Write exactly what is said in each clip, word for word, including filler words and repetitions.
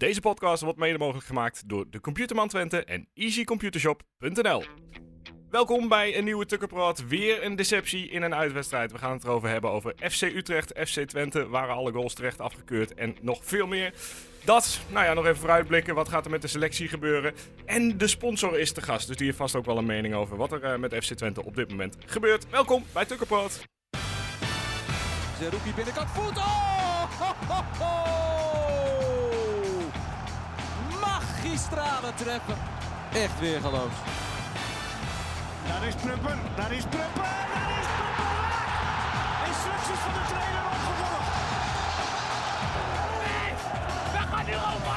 Deze podcast wordt mede mogelijk gemaakt door de Computerman Twente en easy computershop punt n l. Welkom bij een nieuwe Tukkenpraat. Weer een deceptie in een uitwedstrijd. We gaan het erover hebben over F C Utrecht, F C Twente. Waren alle goals terecht afgekeurd en nog veel meer. Dat, nou ja, nog even vooruitblikken. Wat gaat er met de selectie gebeuren? En de sponsor is te gast, dus die heeft vast ook wel een mening over wat er uh, met F C Twente op dit moment gebeurt. Welkom bij Tukkenpraat. Zerouki binnenkant voet. Oh! Ho, ho, ho! Magistrale treffer. Echt weer geloof. Daar is Prupper, daar is Prupper, daar is Prupper! Instructies van de trainer opgevolgd. We gaan nu over!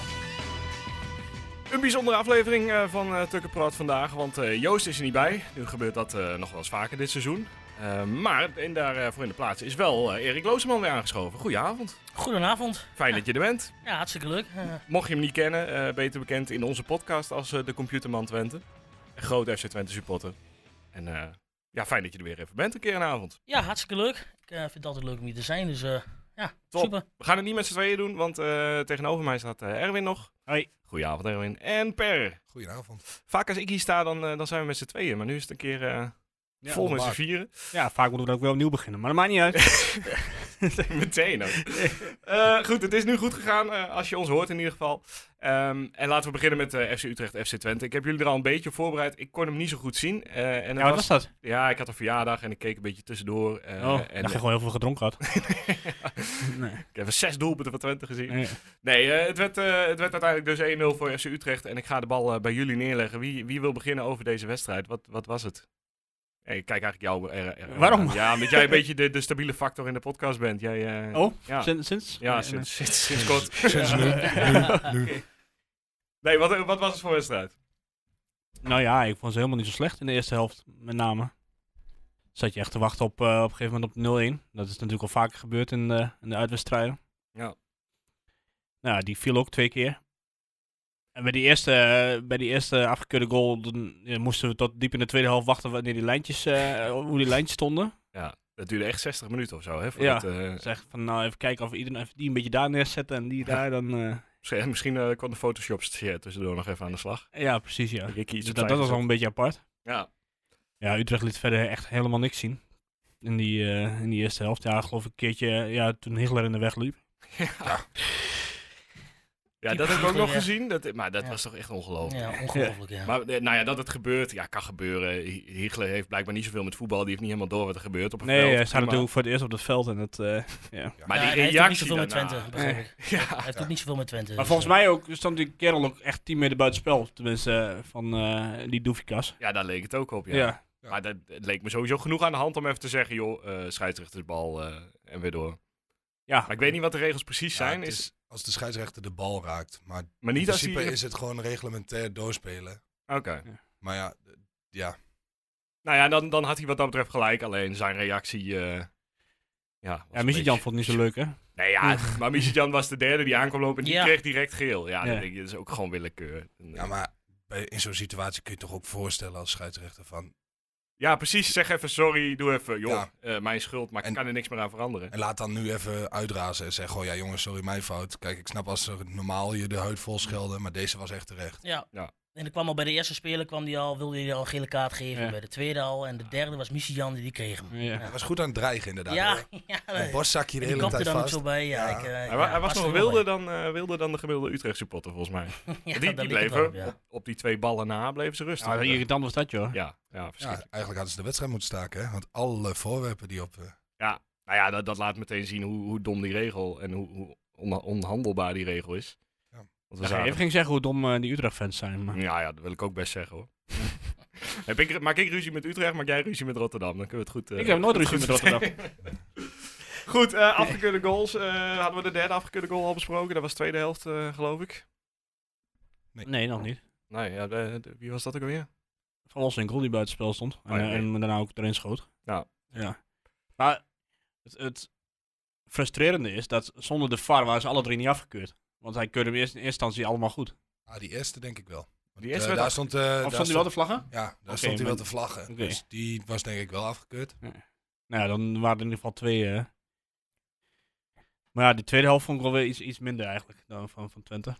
Een bijzondere aflevering uh, van uh, Tukkenpraat vandaag, want uh, Joost is er niet bij. Nu gebeurt dat uh, nog wel eens vaker dit seizoen. Uh, maar in daarvoor uh, in de plaats is wel uh, Erik Looseman weer aangeschoven. Goedenavond. Goedenavond. Fijn ja. dat je er bent. Ja, hartstikke leuk. Uh... Mocht je hem niet kennen, uh, beter bekend in onze podcast als uh, de Computerman Twente. Een grote F C Twente supporter. En uh, ja, fijn dat je er weer even bent een keer een avond. Ja, hartstikke leuk. Ik uh, vind het altijd leuk om hier te zijn, dus uh, ja, top. Super. We gaan het niet met z'n tweeën doen, want uh, tegenover mij staat uh, Erwin nog. Hoi. Goedenavond Erwin. En Per. Goedenavond. Vaak als ik hier sta, dan, uh, dan zijn we met z'n tweeën. Maar nu is het een keer uh, ja, vol met z'n vieren. Ja, vaak moeten we dan ook weer opnieuw beginnen, maar dat maakt niet uit. Meteen ook. Uh, goed, het is nu goed gegaan, uh, als je ons hoort in ieder geval. Um, en laten we beginnen met uh, F C Utrecht, F C Twente. Ik heb jullie er al een beetje op voorbereid. Ik kon hem niet zo goed zien. Uh, en ja, wat was, was dat? Ja, ik had een verjaardag en ik keek een beetje tussendoor. Uh, oh, en dat je gewoon heel veel gedronken had. nee. Ik heb zes doelpunten van Twente gezien. Nee, nee uh, het, werd, uh, het werd uiteindelijk dus één nul voor F C Utrecht. En ik ga de bal uh, bij jullie neerleggen. Wie, wie wil beginnen over deze wedstrijd? Wat, wat was het? Hey, ik kijk eigenlijk jou. Er, er, Waarom? Ja, omdat jij een beetje de, de stabiele factor in de podcast bent. Jij, uh, oh, ja. sinds? sinds? Ja, nee, sinds, nee. sinds, sinds kort. Sinds nu. nu, nu. Nee, wat, wat was het voor wedstrijd? Nou ja, ik vond ze helemaal niet zo slecht in de eerste helft, met name. Zat je echt te wachten op, uh, op een gegeven moment op nul een. Dat is natuurlijk al vaker gebeurd in de, in de uitwedstrijden. Ja. Nou, die viel ook twee keer. En bij die eerste, uh, bij die eerste afgekeurde goal dan, ja, moesten we tot diep in de tweede helft wachten wanneer die lijntjes, uh, hoe die lijntjes stonden. Ja, dat duurde echt zestig minuten of zo, hè? Ja, het, uh... zeg van nou even kijken of we iedereen even die een beetje daar neerzetten en die daar dan... Uh... Misschien, misschien uh, kwam de Photoshop tussendoor nog even aan de slag. Ja, precies, ja. Dus dat, dat was al een beetje apart. Ja. Ja, Utrecht liet verder echt helemaal niks zien. In die, uh, in die eerste helft. Ja, geloof ik een keertje, ja, toen Higler in de weg liep. Ja. Ja, dat heb ik ook nog gezien, dat, maar dat ja. was toch echt ongelooflijk. Ja, ongelooflijk, ja. Maar nou ja, dat het gebeurt, ja, kan gebeuren. Higler heeft blijkbaar niet zoveel met voetbal, die heeft niet helemaal door wat er gebeurt op het nee, veld. Nee, hij staat natuurlijk voor het eerst op het veld en het, uh, ja. ja. Maar die ja, reactie hij heeft niet zoveel met daarna. Twente, begrijp ik. Ja. Hij heeft ook niet zoveel met Twente. Maar dus volgens uh, mij ook stond die kerel ook echt tien meter buiten spel, tenminste uh, van uh, die Doefikas. Ja, daar leek het ook op, ja. ja. Ja. Maar dat, het leek me sowieso genoeg aan de hand om even te zeggen, joh, uh, scheidsrechtersbal uh, en weer door. Ja. Maar ik weet niet wat de regels precies ja, zijn. Is, is als de scheidsrechter de bal raakt. Maar, maar niet in principe als hij... is het gewoon reglementair doorspelen. Oké. Okay. Ja. Maar ja, d- ja. Nou ja, dan, dan had hij wat dat betreft gelijk. Alleen zijn reactie... Uh, ja, ja Michijan vond het niet zo leuk, hè? Nee, ja, maar Michijan was de derde die aankwam lopen en die ja. kreeg direct geel. Ja, ja. Dan denk je, dat is ook gewoon willekeur. Ja, maar bij, in zo'n situatie kun je toch ook voorstellen als scheidsrechter van... Ja, precies. Zeg even sorry, doe even, joh, ja. uh, mijn schuld, maar ik en, kan er niks meer aan veranderen. En laat dan nu even uitrazen en zeggen, oh ja jongens, sorry, mijn fout. Kijk, ik snap als er normaal je de huid vol schelden, maar deze was echt terecht. Ja. ja. En er kwam al bij de eerste speler, kwam die al, wilde hij al een gele kaart geven, ja. bij de tweede al. En de derde was Michijan, die kreeg hem. Ja. Ja. Hij was goed aan het dreigen inderdaad. Ja, Hoor. ja. Een borstzakje de die hele tijd er dan vast. ook zo bij. Ja, Ja. Ik, uh, hij, ja, hij was nog er wilder dan, uh, wilder dan de gemiddelde Utrecht supporter, volgens mij. ja, die die bleven op, ja. op die twee ballen na, bleven ze rustig. Ja, irritant was dat, joh. Ja, ja, ja, eigenlijk hadden ze de wedstrijd moeten staken, hè? Want alle voorwerpen die op... Uh... Ja, nou ja, dat, dat laat meteen zien hoe, hoe dom die regel en hoe, hoe on, onhandelbaar die regel is. Ja. Want we ja, zagen... even ging zeggen hoe dom uh, die Utrecht-fans zijn. Maar... Ja, ja, dat wil ik ook best zeggen, hoor. heb ik, maak ik ruzie met Utrecht, maak jij ruzie met Rotterdam. Dan kunnen we het goed... Uh, ik heb nooit ruzie met Rotterdam. Goed, uh, afgekeurde goals. Uh, hadden we de derde afgekeurde goal al besproken? Dat was de tweede helft, uh, geloof ik. Nee, nee nog niet. Nee, ja, de, de, wie was dat ook alweer? Van Olsen die buiten spel stond. En, oh, ja, nee. en daarna ook erin schoot. Ja. ja. Maar het, het frustrerende is dat zonder de V A R waren ze alle drie niet afgekeurd. Want hij keurde in eerste instantie allemaal goed. Ah, die eerste denk ik wel. Die eerste uh, daar stond, uh, daar of stond hij wel te vlaggen? Ja, daar okay, stond hij wel maar... te vlaggen. Okay. Dus die was denk ik wel afgekeurd. Ja. Nou ja, dan waren er in ieder geval twee... Uh... Maar ja, die tweede helft vond ik wel weer iets, iets minder eigenlijk dan van, van Twente.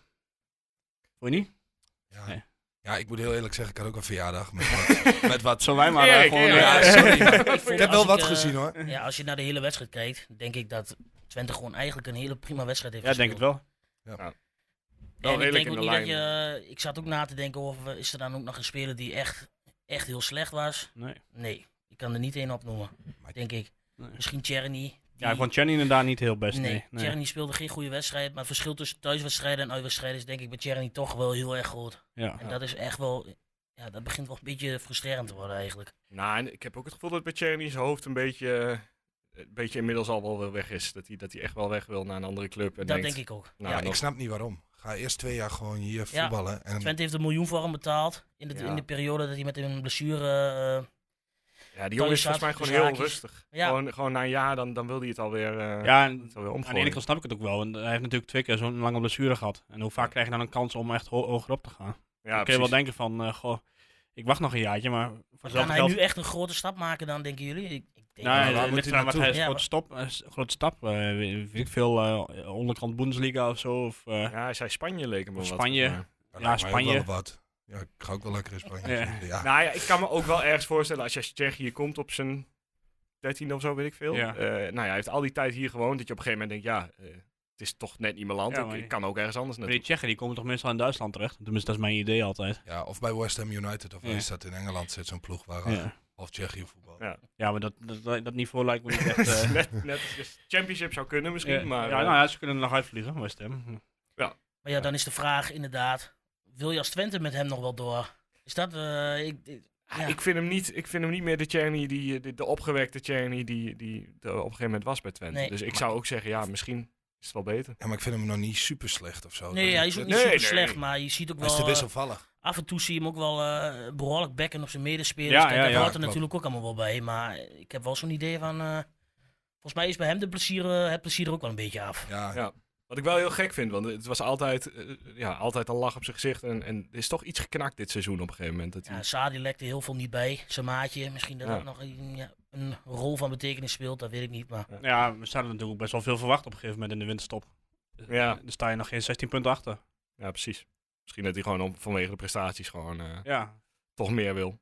Vond je niet? Ja. Nee. Ja, ik moet heel eerlijk zeggen, ik had ook een verjaardag met wat... met wat Zullen wij maar Erik, eh, gewoon... Erik. eh, ja, sorry, maar Ik ik vond heb als wel ik, wat eh, gezien hoor. Ja, als je naar de hele wedstrijd kijkt, denk ik dat Twente gewoon eigenlijk een hele prima wedstrijd heeft ja, denk gespeeld. het wel. Wel En ik redelijk denk in ook de niet dat lijn. je... Ik zat ook na te denken of eh, is er dan ook nog een speler die echt, echt heel slecht was? Nee. Nee, ik kan er niet één opnoemen, Maar- denk ik. Nee. Misschien Tjerni. Ja, ik vond Channy inderdaad niet heel best. Nee, Nee, nee. Tjerni speelde geen goede wedstrijd. Maar het verschil tussen thuiswedstrijden en uitwedstrijden is denk ik bij Tjerni toch wel heel erg groot. Ja. En dat is echt wel... Ja, dat begint wel een beetje frustrerend te worden eigenlijk. Nou, en ik heb ook het gevoel dat bij Tjerni zijn hoofd een beetje, eh, een beetje inmiddels al wel weer weg is. Dat hij, dat hij echt wel weg wil naar een andere club. En dat denkt, denk ik ook. nou, ja. nog- Ik snap niet waarom. Ga eerst twee jaar gewoon hier voetballen. En Twente heeft een miljoen voor hem betaald. In de, Ja. in de periode dat hij met een blessure... eh, Ja, die jongen is Thuis volgens mij zat, gewoon heel zaakjes. rustig. Ja. Gewoon, gewoon na een jaar, dan, dan wil hij het alweer, uh, Ja, en het alweer aan de omgooien. ene kant snap ik het ook wel. Want hij heeft natuurlijk twee keer zo'n lange blessure gehad. En hoe vaak krijg je dan een kans om echt ho hoger op te gaan? Ja, dan kun je wel precies. denken van, uh, goh, ik wacht nog een jaartje, maar voor kan hetzelfde hij geld... nu echt een grote stap maken dan, denken jullie? Ik, ik denk Nou, waar het moet ligt hij eraan wat naartoe? hij is. Ja, Grote, stop, eh, s- grote stap. eh, weet weet ik veel, eh, onderkant Bundesliga of zo. Of, eh, Ja, hij zei Spanje leek hem wel wat. Spanje. Maar- dat ja, lijkt mij ook Spanje. wel wat. Ja, ik ga ook wel lekker in Spanje. Ja. zitten, Ja. Nou ja, ik kan me ook wel ergens voorstellen als je als Tsjechië komt op zijn dertiende of zo, weet ik veel. Ja. Eh, nou ja, hij heeft al die tijd hier gewoond. Dat je op een gegeven moment denkt, ja, eh, het is toch net niet mijn land. Ja, ik, maar- ik kan ook ergens anders maar naartoe. die Tsjechen die komen toch meestal in Duitsland terecht. Tenminste, dat is mijn idee altijd. Ja, of bij West Ham United of Ja. is dat in Engeland zit zo'n ploeg waar uh, Ja, of Tsjechië voetbal. Ja. ja maar dat, dat, dat niveau lijkt me niet echt... eh, net, net als de Championship zou kunnen misschien, ja, maar... ja, eh, nou ja, ze kunnen er nog uitvliegen, West Ham. Maar ja, dan is de vraag inderdaad, wil je als Twente met hem nog wel door? Is dat... eh, ik, ik- ja. Ik vind hem niet, ik vind hem niet meer de Tjerni, die, de, de opgewekte Tjerni die, die er op een gegeven moment was bij Twente. Nee. Dus ik zou ook zeggen, ja, misschien is het wel beter. Ja, maar ik vind hem nog niet super slecht of zo. Nee, Dat- hij is ook niet Nee, super nee, slecht, nee. maar je ziet ook Hij is wel... te eh, wisselvallig. af en toe zie je hem ook wel eh, behoorlijk bekken op zijn medespelers. Ja, Kijk, ja, dat ja, hoort er klopt. natuurlijk ook allemaal wel bij. Maar ik heb wel zo'n idee van... eh, volgens mij is bij hem de plezier, eh, het plezier er ook wel een beetje af. Ja, Ja. Wat ik wel heel gek vind, want het was altijd, eh, ja, altijd een lach op zijn gezicht. En, en er is toch iets geknakt dit seizoen op een gegeven moment. Dat hij... Ja, Sadi lekte heel veel niet bij. Zijn maatje, misschien dat Ja. dat nog een, ja, een rol van betekenis speelt, dat weet ik niet. Maar Ja, we zouden natuurlijk best wel veel verwacht op een gegeven moment in de winterstop. Ja. Dan sta je nog geen zestien punten achter. Ja, precies. Misschien dat hij gewoon om, vanwege de prestaties gewoon eh, Ja. toch meer wil.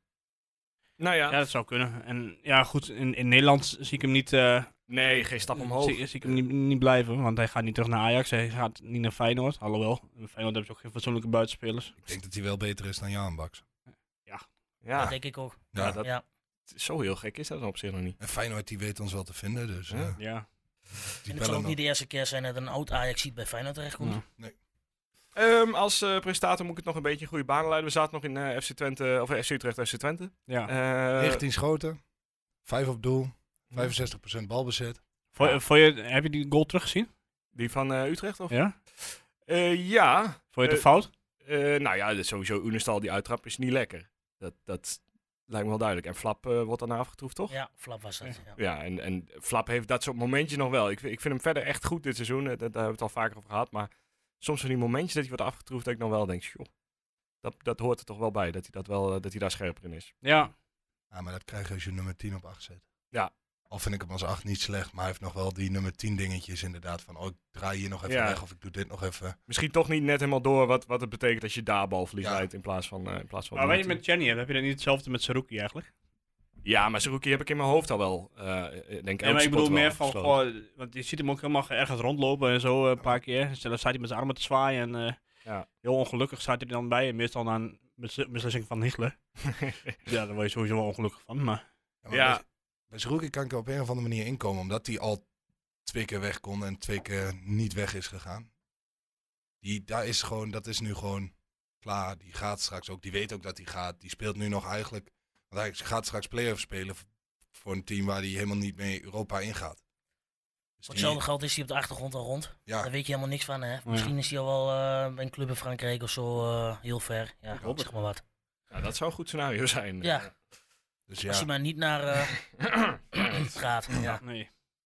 Nou ja, Ja, dat zou kunnen. En ja, goed, in, in Nederland zie ik hem niet, eh, nee, geen stap omhoog. zie, zie ik hem niet, niet blijven. Want hij gaat niet terug naar Ajax, hij gaat niet naar Feyenoord. Alhoewel, bij Feyenoord hebben ze ook geen fatsoenlijke buitenspelers. ik denk dat hij wel beter is dan Jan Baks. Ja, dat denk ik ook. Ja. Ja, dat- Ja. zo heel gek is dat dan op zich nog niet. En Feyenoord die weet ons wel te vinden, dus Ja. eh, Ja. die En het zal bellen ook nog. niet de eerste keer zijn dat een oud Ajax ziet bij Feyenoord terechtkomt. Ja. Ehm, als eh presentator moet ik het nog een beetje in goede banen leiden. We zaten nog in eh, F C Twente, of eh, F C Utrecht, F C Twente. Ja. Eh, negentien schoten, vijf op doel, vijfenzestig procent balbezit. Vond, Ja. vond je, heb je die goal teruggezien? Die van eh, Utrecht, of? Ja? Eh, ja. Vond je het Eh, een fout? Eh, nou ja, dus sowieso Unestal die uittrap is niet lekker. Dat, dat lijkt me wel duidelijk. En Flap eh, wordt daarna afgetroefd, toch? Ja, Flap was dat. Ja. Ja, en, en Flap heeft dat soort momentjes nog wel. Ik, vind- ik vind hem verder echt goed dit seizoen. eh, Daar, daar hebben we het al vaker over gehad. Maar soms van die momentjes dat hij wordt afgetroefd, dat ik nog wel denk, joh, dat, dat hoort er toch wel bij. Dat hij, dat wel, eh, dat hij daar scherper in is. Ja. Ja, maar dat krijg je als je nummer tien op acht zet. Ja. Al vind ik hem als acht niet slecht, maar hij heeft nog wel die nummer tien dingetjes inderdaad. Van, oh, ik draai hier nog even Ja. weg of ik doe dit nog even. Misschien toch niet net helemaal door wat, wat het betekent als je daar balverlies Ja. leidt in plaats van, eh, in plaats van Maar weet je nummer met Jenny hebt, heb je dan niet hetzelfde met Saruki eigenlijk? tien. Ja, maar Saruki heb ik in mijn hoofd al wel. eh, eh, denk ik, Nee, elke maar ik bedoel spot wel meer van, afgesloten. goh, want je ziet hem ook helemaal ergens rondlopen en zo eh, een paar keer. Dus dan staat hij met zijn armen te zwaaien en eh, Ja. heel ongelukkig staat hij er dan bij. En meestal na een besli- beslissing van Hichler. Ja, daar word je sowieso wel ongelukkig van, maar... Ja, maar Ja. Bij, bij Zerouki kan ik er op een of andere manier inkomen, omdat hij al twee keer weg kon en twee keer niet weg is gegaan. Die, daar is gewoon, dat is nu gewoon klaar. Die gaat straks ook, die weet ook dat hij gaat. Die speelt nu nog eigenlijk, want hij gaat straks play-off spelen v- voor een team waar hij helemaal niet mee Europa ingaat. Dus Voor die- hetzelfde geld is hij op de achtergrond al rond. ja, Daar weet je helemaal niks van, hè. ja. Misschien is hij al wel eh, bij een club in Frankrijk of zo eh, heel ver. Ja, hoop het. zeg maar wat. Ja, dat zou een goed scenario zijn. Ja. dus Als ja. hij maar niet naar eh, gaat. Ja. Nee.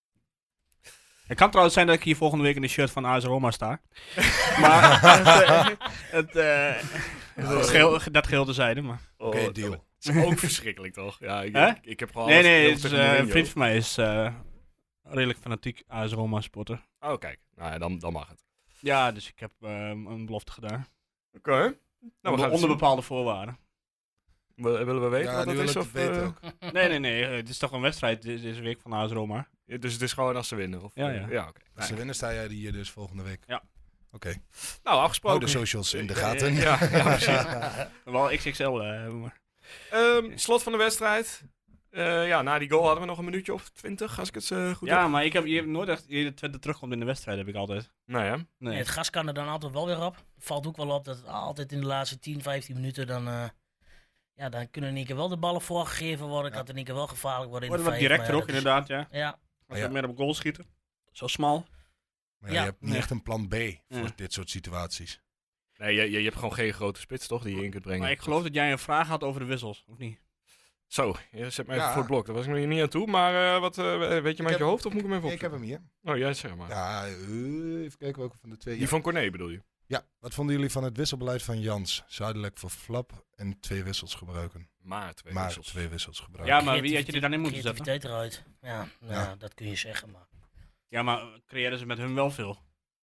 Het kan trouwens zijn dat ik hier volgende week in de shirt van A S Roma sta. Maar het, eh, het, Ja, het geheel, dat geheel terzijde, maar... Oké, Oh, deal. Dat is ook verschrikkelijk, toch? Ja, ik, Hè? ik, ik heb gewoon Nee, alles nee, heel het is, tegen eh, een Mourinho. vriend van mij is eh, redelijk fanatiek A S Roma supporter. Oh, kijk. Nou ja, dan, dan mag het. Ja, dus ik heb uh, een belofte gedaan. Oké. Okay. Nou, we onder gaan onder bepaalde voorwaarden. Wil, willen we weten Ja, wat nu dat wil is? ik Of, het weten uh, ook. Nee, nee, nee. Het is toch een wedstrijd de- deze week van A S Roma. ja, dus het is gewoon als ze winnen? Of, Ja, uh, ja. ja oké. Als Nou, ze winnen, sta jij hier dus volgende week. Ja. Oké. nou, Hou afgesproken. de socials in de Ja, gaten. Ja, ja, ja, precies. Wel X X L, uh, maar. um, slot van de wedstrijd. Uh, ja, na die goal hadden we nog een minuutje of twintig, als ik het uh, goed Ja, heb. maar ik heb, je hebt nooit echt je Twente terugkomt in de wedstrijd, heb ik altijd. Nee, hè? Nee. Nee, het gas kan er dan altijd wel weer op. Valt ook wel op dat het altijd in de laatste tien, vijftien minuten dan... Uh, ja, dan kunnen in één keer wel de ballen voorgegeven worden. Kan het in één keer wel gevaarlijk worden in Wordt de wat vijf. directer maar ook, ja, dat is- inderdaad, ja. Ja, Als Ja. we meer op goal schieten. Zo smal. Maar ja, Ja. je hebt niet Nee. echt een plan B voor Ja. dit soort situaties. Nee, je, je, je hebt gewoon geen grote spits, toch, die je in kunt brengen. Maar ik geloof dat jij een vraag had over de wissels, of niet? Zo, je zet mij Ja. even voor het blok. Daar was ik nog niet aan toe. Maar uh, wat, uh, weet je hem uit heb- je hoofd of moet ik hem even Ik heb opzoeken? hem hier. Oh, jij zeg maar. Ja, uh, even kijken welke van de twee. Die Ja. van Corné bedoel je? ja, wat vonden jullie van het wisselbeleid van Jans? Zuidelijk voor Flap en twee wissels gebruiken. Maar twee maar wissels. twee wissels gebruiken. Ja, maar wie had je er dan in moeten zetten? creativiteit eruit. Ja, nou, Ja. ja, dat kun je zeggen, maar... Ja, maar creëren ze met hun wel veel?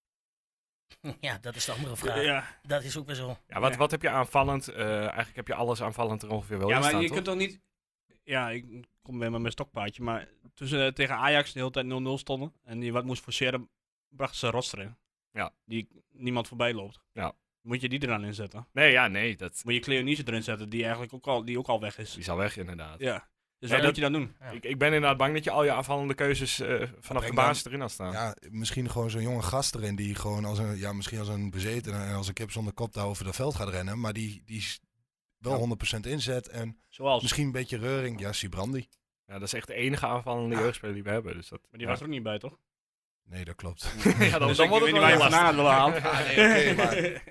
Ja, dat is de andere vraag. Ja, Dat is ook weer zo. Ja, wat, Ja. wat heb je aanvallend? Uh, eigenlijk heb je alles aanvallend er ongeveer wel ja in maar staan, je toch? kunt toch niet... Ja, ik kom weer met mijn stokpaardje, maar toen ze tegen Ajax de hele tijd nul nul stonden en die wat moest forceren, brachten ze Roster in. Ja. Die niemand voorbij loopt. Ja. Moet je die er dan in zetten? Nee, ja, nee. Dat, Moet je Cleonice erin zetten, die eigenlijk ook al, die ook al weg is. die is al weg, inderdaad. Ja. Dus Nee, wat dat- moet je dan doen? Ja. Ik, ik ben inderdaad bang dat je al je aanvallende keuzes uh, vanaf de Breng basis erin had staan. Ja, misschien gewoon zo'n jonge gast erin die gewoon als een, ja, misschien als een bezetene en als een kip zonder kop daar over het veld gaat rennen. Maar die, die is wel Ja. honderd procent inzet en Zoals. misschien een beetje reuring. Ja, Sibrandi. Ja, dat is echt de enige aanvallende Ja. jeugdspeler die we hebben. Dus dat, Maar die ja. was er ook niet bij, toch? Nee, dat klopt. ja, dan, Dus dan ik wordt weet het niet wel waar je heel vandaan lastig. had willen halen. Ja, nee, oké, maar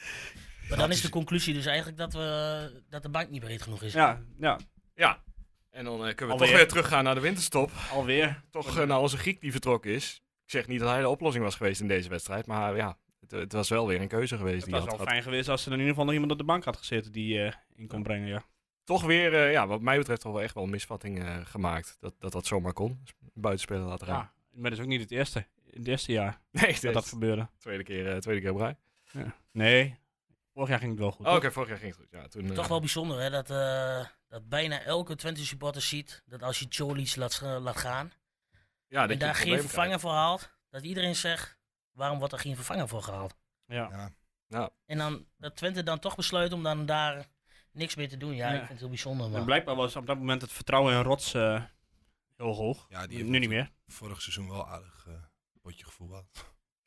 Maar dan is de conclusie dus eigenlijk dat, we, dat de bank niet breed genoeg is. Ja, ja, Ja. En dan uh, kunnen we Alweer. toch weer teruggaan naar de winterstop. alweer. Toch uh, naar onze Griek die vertrokken is. Ik zeg niet dat hij de oplossing was geweest in deze wedstrijd. Maar ja, het, het was wel weer een keuze geweest. Het die was had wel gehad. fijn geweest als er in ieder geval nog iemand op de bank had gezeten die eh, in kon brengen, ja. Toch weer, uh, ja, wat mij betreft, toch wel echt wel een misvatting uh, gemaakt. Dat, dat dat zomaar kon. Dus een buitenspeler laten gaan. Ja, maar dat is ook niet het eerste, het eerste jaar Nee, dat dat dat is gebeurde. tweede keer, uh, tweede keer op rij. Ja. Nee, vorig jaar ging het wel goed. Oh, Oké, toch? vorig jaar ging het goed. Ja, toen, uh, Toch wel bijzonder hè, dat, uh, dat bijna elke Twente supporter ziet dat als je Cholis laat, uh, laat gaan ja, dat en je daar een geen probleem vervanger voor haalt, dat iedereen zegt, waarom wordt er geen vervanger voor gehaald? Ja. ja, krijgt. En dan dat Twente dan toch besluit om dan daar niks meer te doen. Ja, Ja. ik vind het heel bijzonder. En Maar... blijkbaar was op dat moment het vertrouwen in Rots eh, heel hoog. ja, die Nu heeft niet meer. vorig seizoen wel aardig uh, potje gevoetbald.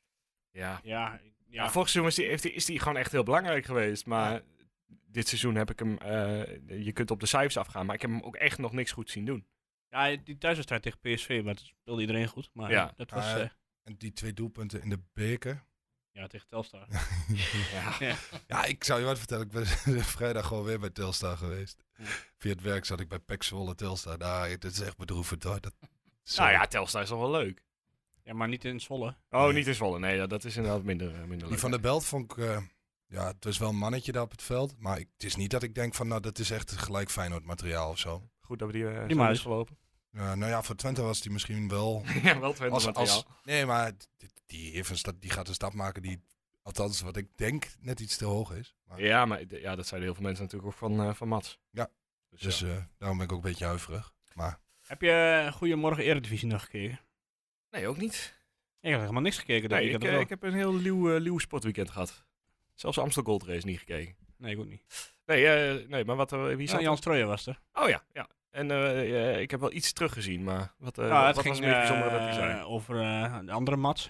Ja. Ja, Ja, ja. vorig seizoen is die, heeft die, is die gewoon echt heel belangrijk geweest. Maar Ja. dit seizoen heb ik hem... Uh, je kunt op de cijfers afgaan, maar ik heb hem ook echt nog niks goed zien doen. ja, die thuiswedstrijd tegen P S V, maar dat speelde iedereen goed. Maar Ja. dat was... Ah, eh, En die twee doelpunten in de beker. ja, tegen Telstar. Ja. Ja, ik zou je wat vertellen. Ik ben vrijdag gewoon weer bij Telstar geweest. Ja. Via het werk zat ik bij P E C Zwolle Telstar. Nou, het is echt bedroevend hoor. Dat, zo. Nou ja, Telstar is toch wel leuk. Ja, maar niet in Zwolle. Oh, Nee. niet in Zwolle. Nee, dat, dat is inderdaad minder, uh, minder Die leuk. van de Belt vond ik... Uh, ja, het was wel een mannetje daar op het veld. Maar ik, het is niet dat ik denk van... Nou, dat is echt gelijk Feyenoord materiaal of zo. Goed dat we die uh, Die zo maar is is. gelopen. Uh, nou ja, voor Twente was die misschien wel... ja, wel Twente als, materiaal. als, nee, maar die, die, heeft een stap, die gaat een stap maken die... Althans, wat ik denk, net iets te hoog is. Maar, Ja, maar d- ja, dat zeiden heel veel mensen natuurlijk ook van, uh, van Mats. Ja. Dus, dus ja. uh, daarom ben ik ook een beetje huiverig. Maar Heb je Goedemorgen Eredivisie nog gekeken? Nee, ook niet. Ik heb helemaal niks gekeken. Dat Nee, ik, weekend, uh, of wel? ik heb een heel nieuw, uh, nieuw sportweekend gehad. Zelfs de Amstel Gold Race niet gekeken. Nee, ik ook niet. Nee, uh, nee maar wat, uh, wie Ja, zat Jan er? Strooijen was er. Oh ja, ja. En uh, uh, ik heb wel iets teruggezien, maar wat, uh, Ja, wat het was ging een beetje bijzonder eh, dat hij zei? over uh, de andere Mats.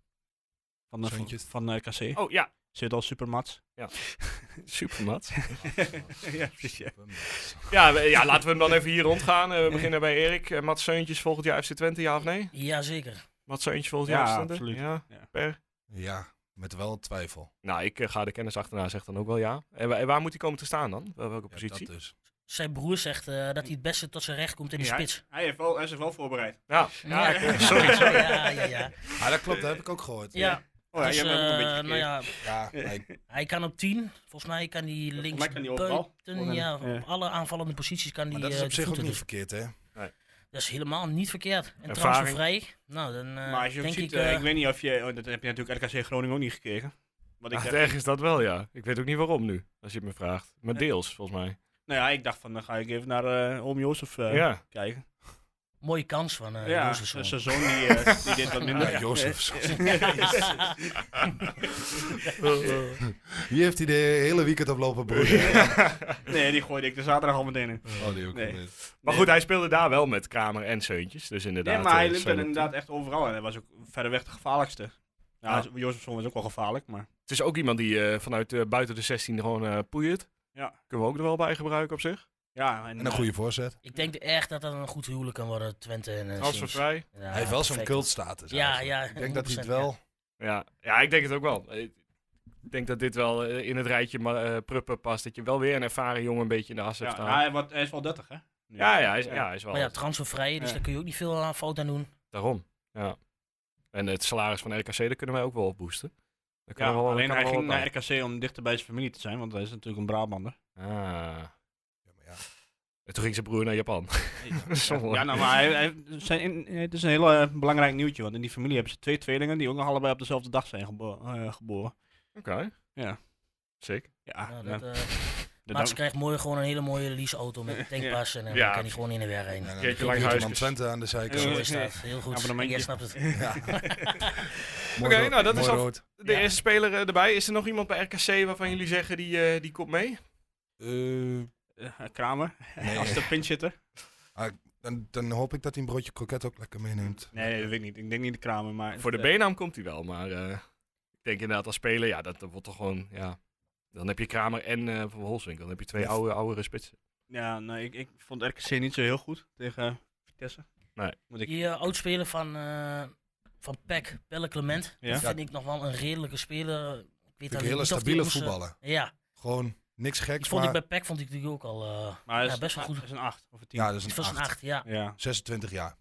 Van, de, van, Zoontjes. van uh, K C. Oh ja, Zit al Super Mats. super Mats. ja, precies. Ja. ja, we- ja, laten we hem dan even hier rondgaan. Uh, we beginnen bij Erik. Uh, Mats Seuntjes volgend jaar F C Twente, ja of nee? Jazeker. Mats Seuntjes volgend Ja, jaar F C Twente? absoluut. Ja, Ja. per? ja, met wel een twijfel. Nou, ik uh, ga de kennis achterna, zegt dan ook wel ja. En, wa- en waar moet hij komen te staan dan? Wel- Welke Ja, positie? dat dus. Zijn broer zegt uh, dat hij het beste tot zijn recht komt in de Ja, spits. Hij, heeft wel, hij is er wel voorbereid. Ja, Ja, ja, sorry. sorry. Ja, ja, ja. Ah, dat klopt, dat heb ik ook gehoord. ja. Oh, ja, Dus, jij hebt ook een beetje uh, gekeken. nou ja, Ja, maar ik- hij kan op tien. Volgens mij kan hij links mij kan hij overal. buiten. Ja, Ja. op alle aanvallende posities kan hij maar dat is uh, op de zich ook voeten niet doen. verkeerd, hè? Dat is helemaal niet verkeerd. En Ervaring. transfervrij. Nou, dan uh, maar als je denk ook ziet, ik... uh, Uh, ik weet niet of je... Oh, dat heb je natuurlijk R K C Groningen ook niet gekeken. Wat ik Ach, dacht, erg is dat wel, ja. Ik weet ook niet waarom nu, als je het me vraagt. Maar Nee. deels, volgens mij. nou ja, ik dacht van, dan ga ik even naar uh, Oom Jozef uh, Ja. kijken. mooie kans van uh, ja, Jozefzoon. zijn zoon die, uh, die deed wat minder. Ja, Jozef. Nee. Hier heeft hij de hele weekend op lopen broeden. nee, die gooide ik de zaterdag al meteen in. Oh, die ook Nee. nee. Maar goed, hij speelde daar wel met Kramer en Seuntjes. Dus inderdaad... Nee, maar hij uh, liep er Seun- inderdaad echt overal en hij was ook verreweg de gevaarlijkste. Ja, Ah. Jozefzoon was ook wel gevaarlijk, maar... Het is ook iemand die uh, vanuit uh, buiten de zestien gewoon uh, poeiert. Ja. Kunnen we ook er wel bij gebruiken op zich. Ja, en, En een goede voorzet. Ik denk echt dat dat een goed huwelijk kan worden, Twente en uh, Transfervrij. Sins. Ja, Hij heeft wel zo'n perfect. cultstatus. Ja, eigenlijk. ja, Ik denk dat hij het honderd procent, wel... Ja. Ja, ik denk het ook wel. Ik denk dat dit wel uh, in het rijtje uh, Pruppen past. Dat je wel weer een ervaren jongen een beetje in de as hebt ja, staan. hij, wordt, hij is wel dertig, hè? Nu. Ja, ja, hij is, ja, hij is wel. Maar ja, transfervrij, dus Ja. daar kun je ook niet veel aan fout aan doen. Daarom. Ja. En het salaris van R K C, daar kunnen wij ook wel op boosten. Daar Ja, kan er wel, alleen kan hij er wel ging wat naar R K C om dichter bij zijn familie te zijn, want hij is natuurlijk een Brabander. bij. Ah. Ja, maar ja. En toen ging zijn broer naar Japan. Zonderling. Ja, nou, maar hij, hij, zijn, het is een heel uh, belangrijk nieuwtje, want in die familie hebben ze twee tweelingen die ook nog allebei op dezelfde dag zijn gebo uh, geboren. Oké. Okay. Ja. Zeker. Ja, Ja, ja. dat, uh, de Mats dan- krijgt mooi gewoon een hele mooie leaseauto met een tankpas en dan Ja. kan hij gewoon in de weg heen. En Keertje dan langs Pieterman huisjes. Twente aan de zijkant. Zo Ja. is dat, heel goed. Abonnementje. Jij snapt het. Ja. Oké, Mooi nou, dat mooi is al- rood. De Ja. eerste speler uh, erbij. Is er nog iemand bij R K C waarvan jullie zeggen die, uh, die komt mee? Eh, Uh, Kramer, Nee. als de pinchhitter. dan, dan hoop ik dat hij een broodje kroket ook lekker meeneemt. Nee, dat weet ik niet. Ik denk niet de Kramer, maar... Voor de uh, B-naam komt hij wel, maar uh, ik denk inderdaad als speler, ja, dat, dat wordt toch gewoon, ja. Dan heb je Kramer en uh, Van Holswinkel. Dan heb je twee oude, oudere spitsen. Ja, nee, ik, ik vond R K C niet zo heel goed tegen uh, Vitesse. Nee. Moet ik... Die uh, oudspeler van, uh, van P E C, Pelle Clement, Ja? dat vind ik nog wel een redelijke speler. Ik weet Vind dan ik een hele niet of die stabiele ons, uh, voetballer. Ja, Gewoon niks die geks, vond maar... ik bij P E C vond ik natuurlijk ook al uh, Maar hij is, ja, best wel goed. hij is een acht of een tien. Ja, dat is Het een was een acht. acht, ja. Ja. zesentwintig jaar.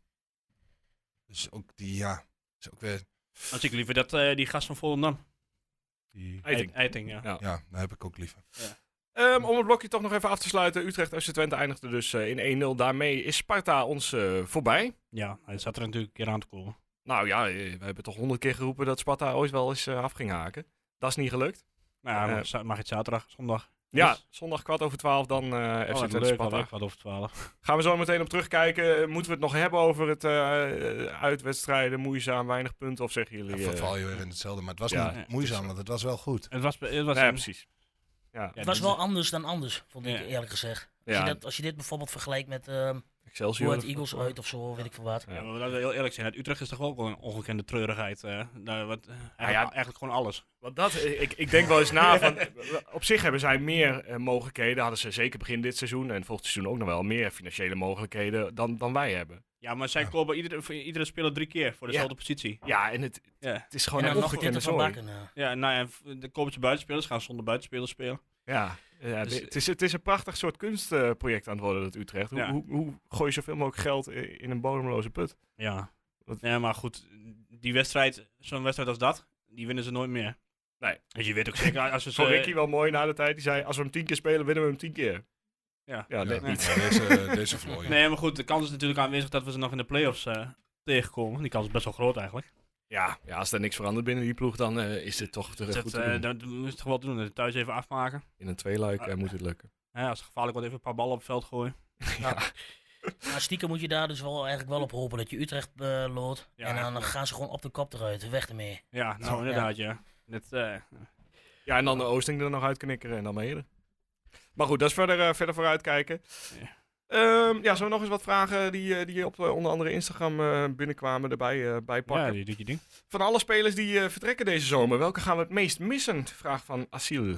Dus ook die, ja... Is ook weer... Dan zie ik liever dat uh, die gast van Volendam. Die... Eiting. Eiting, ja. Ja. Ja, dat heb ik ook liever. Um, om het blokje toch nog even af te sluiten. Utrecht F C Twente eindigde dus uh, in één nul. Daarmee is Sparta ons uh, voorbij. Ja, hij zat er natuurlijk een keer aan te komen. Nou ja, uh, we hebben toch honderd keer geroepen dat Sparta ooit wel eens uh, af ging haken. Dat is niet gelukt. Nou ja, Eh, mag, za- mag het zaterdag, zondag. Ja, Dus- zondag kwart over twaalf dan uh, Oh, F C wat Twente leuk, Sparta. wat leuk, wat over twaalf. Gaan we zo meteen op terugkijken. Moeten we het nog hebben over het uh, uitwedstrijden, moeizaam, weinig punten? Of zeggen jullie... Ja, Uh, verval je weer in hetzelfde. Maar het was Ja, niet het moeizaam, is- want het was wel goed. Het was, het was ja, een- precies. Ja, ja, Het was dit- wel anders dan anders, vond ik Ja. eerlijk gezegd. Als, ja je dat, als je dit bijvoorbeeld vergelijkt met uh, Excelsior. hoe het Eagles uit of zo, weet ik veel wat. Ja. Ja, maar laten we heel eerlijk zijn, uit Utrecht is toch wel een ongekende treurigheid. eh nou, wat, eh, eigenlijk, ja. eigenlijk gewoon alles. Want dat, ik, ik denk wel eens na van, op zich hebben zij meer uh, mogelijkheden, hadden ze zeker begin dit seizoen en volgend seizoen ook nog wel meer financiële mogelijkheden dan, dan wij hebben. Ja, maar zij Ja. kloppen iedere, voor iedere speler drie keer voor dezelfde positie. Ja, en het, Ja, het is gewoon En een dan nog ongekende dit van zooi. bakken. Uh. ja nou ja, v- de kopen ze buitenspelers, gaan zonder buitenspelers spelen. Ja, ja Dus- dit- het, is, het is een prachtig soort kunstproject aan het worden, dat Utrecht. Hoe, Ja. hoe, hoe gooi je zoveel mogelijk geld i- in een bodemloze put? Ja. Wat- Ja, maar goed, die wedstrijd, zo'n wedstrijd als dat, die winnen ze nooit meer. Nee. Dus je weet ook zeker, als we Voor ze... Ricky wel mooi na de tijd, die zei, als we hem tien keer spelen, winnen we hem tien keer. Ja. Ja, net Ja, niet. maar Deze, deze vlooien. Nee, maar goed, de kans is natuurlijk aanwezig dat we ze nog in de play-offs eh, tegenkomen. Die kans is best wel groot eigenlijk. Ja, ja, als er niks verandert binnen die ploeg, dan uh, is het toch te Dus goed dat, te eh, doen. dat moeten we toch wel doen, dat thuis even afmaken. In een tweeluik uh, moet het lukken. Ja, als het gevaarlijk wordt, even een paar ballen op het veld gooien. Ja. Maar stiekem moet je daar dus wel eigenlijk wel op hopen dat je Utrecht uh, loodt. Ja, en dan ja. gaan ze gewoon op de kop eruit, weg ermee. Ja, nou Zo, inderdaad, ja. Net, eh, Ja, en dan de Oosting er nog uitknikkeren en dan ben je er. Maar goed, dat is verder, uh, verder vooruitkijken. Ja. Um, ja, zo nog eens wat vragen die, uh, die op uh, onder andere Instagram uh, binnenkwamen erbij uh, bij pakken. ja, die doet je ding. Van alle spelers die uh, vertrekken deze zomer, welke gaan we het meest missen? Vraag van Asiel.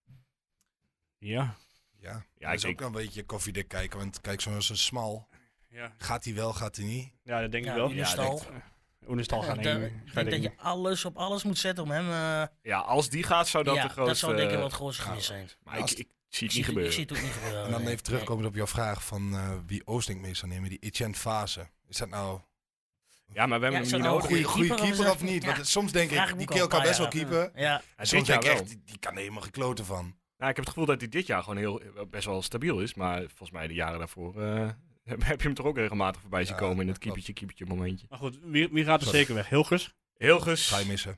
Ja. Ja, Ja, dat ik is denk- ook een beetje koffiedik kijken. Want kijk, zo'n zo smal. Ja. Gaat hij wel, gaat hij niet? Ja, dat denk Ja, ik wel. Oenestal. Ja, Oenestal gaan Ja, heen. da- Ga ik denk dat denk je alles op alles moet zetten om hem... Uh, Ja, als die gaat, zou dat ja, de grootste... dat zou denk ik wel het grootste ja. gemis zijn. Maar ik, Als- ik zie Ik het zie, niet het, ik gebeuren. zie het ook niet gebeuren. En dan nee. even terugkomend op jouw vraag van uh, wie Oosting mee zou nemen. Die Etienne Fase. Is dat nou Ja, maar we hebben Ja, hem is niet dat nou nodig. een een goede keeper keeper, of of is dat- niet? ja. Want soms denk Vraag ik, ik die ook keer al kan een best wel paar jaar. keeper. Ja, Ja, En dit soms jaar denk ik wel. echt, die, die kan er helemaal gekloten van. Nou, ik heb het gevoel dat hij dit jaar gewoon heel, best wel stabiel is. Maar volgens mij de jaren daarvoor uh, heb je hem toch ook regelmatig voorbij zien Ja, komen in het dat klopt. keepertje, keepertje momentje. Maar goed, wie, wie gaat er Sorry. zeker weg? Hilgers? Hilgers. Ga je missen.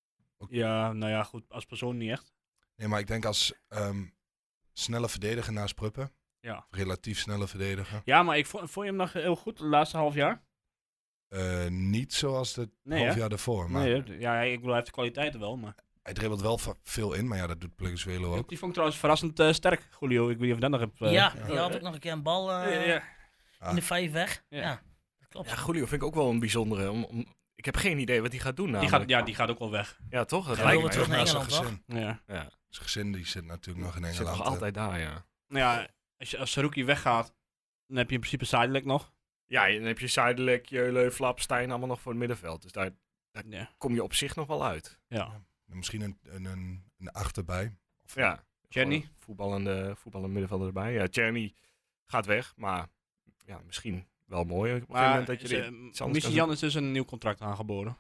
Ja, nou ja, goed, als persoon niet echt. Nee, maar ik denk als ehm, snelle verdediger naast Pruppen. Ja. Relatief snelle verdediger. Ja, maar ik vond, vond je hem nog heel goed de laatste half jaar? Uh, niet zoals het Nee, half hè? jaar daarvoor. Maar Nee, hè? ja, ik bedoel, hij heeft de kwaliteiten wel, maar... hij dribbelt wel va- veel in, maar ja, dat doet Plugenswelo ook. Die vond ik trouwens verrassend uh, sterk, Julio. Ik weet niet of je dat nog hebt... Uh, ja, ja. die had ook nog een keer een bal uh, ja, ja. in de vijf weg. Ja. Ja, dat klopt. Ja, Julio vind ik ook wel een bijzondere. Om, om, ik heb geen idee wat hij gaat doen Die namelijk. gaat, ja, die gaat ook wel weg. Ja, toch? Dat Hij lijkt wil mij weer terug ook. naar Naast zijn Engeland, toch? gezin. Ja. Ja, Zijn gezin die zit natuurlijk nog in zit Engeland. nog eh. altijd daar, ja. Nou ja, als, je, als Saruki weggaat, dan heb je in principe Zijdelijk nog. Ja, dan heb je Zuidelijk, Jeulen, Flap, Stijn allemaal nog voor het middenveld. Dus daar Ja. kom je op zich nog wel uit. ja. Misschien een, een, een, een achterbij. Of Ja. Czerny? Gewoon Voetballende, voetballende middenvelder erbij. Ja, Czerny gaat weg, maar ja, misschien wel mooi op een gegeven Maar moment dat je er iets anders kan Jan is dus een nieuw contract aangeboden.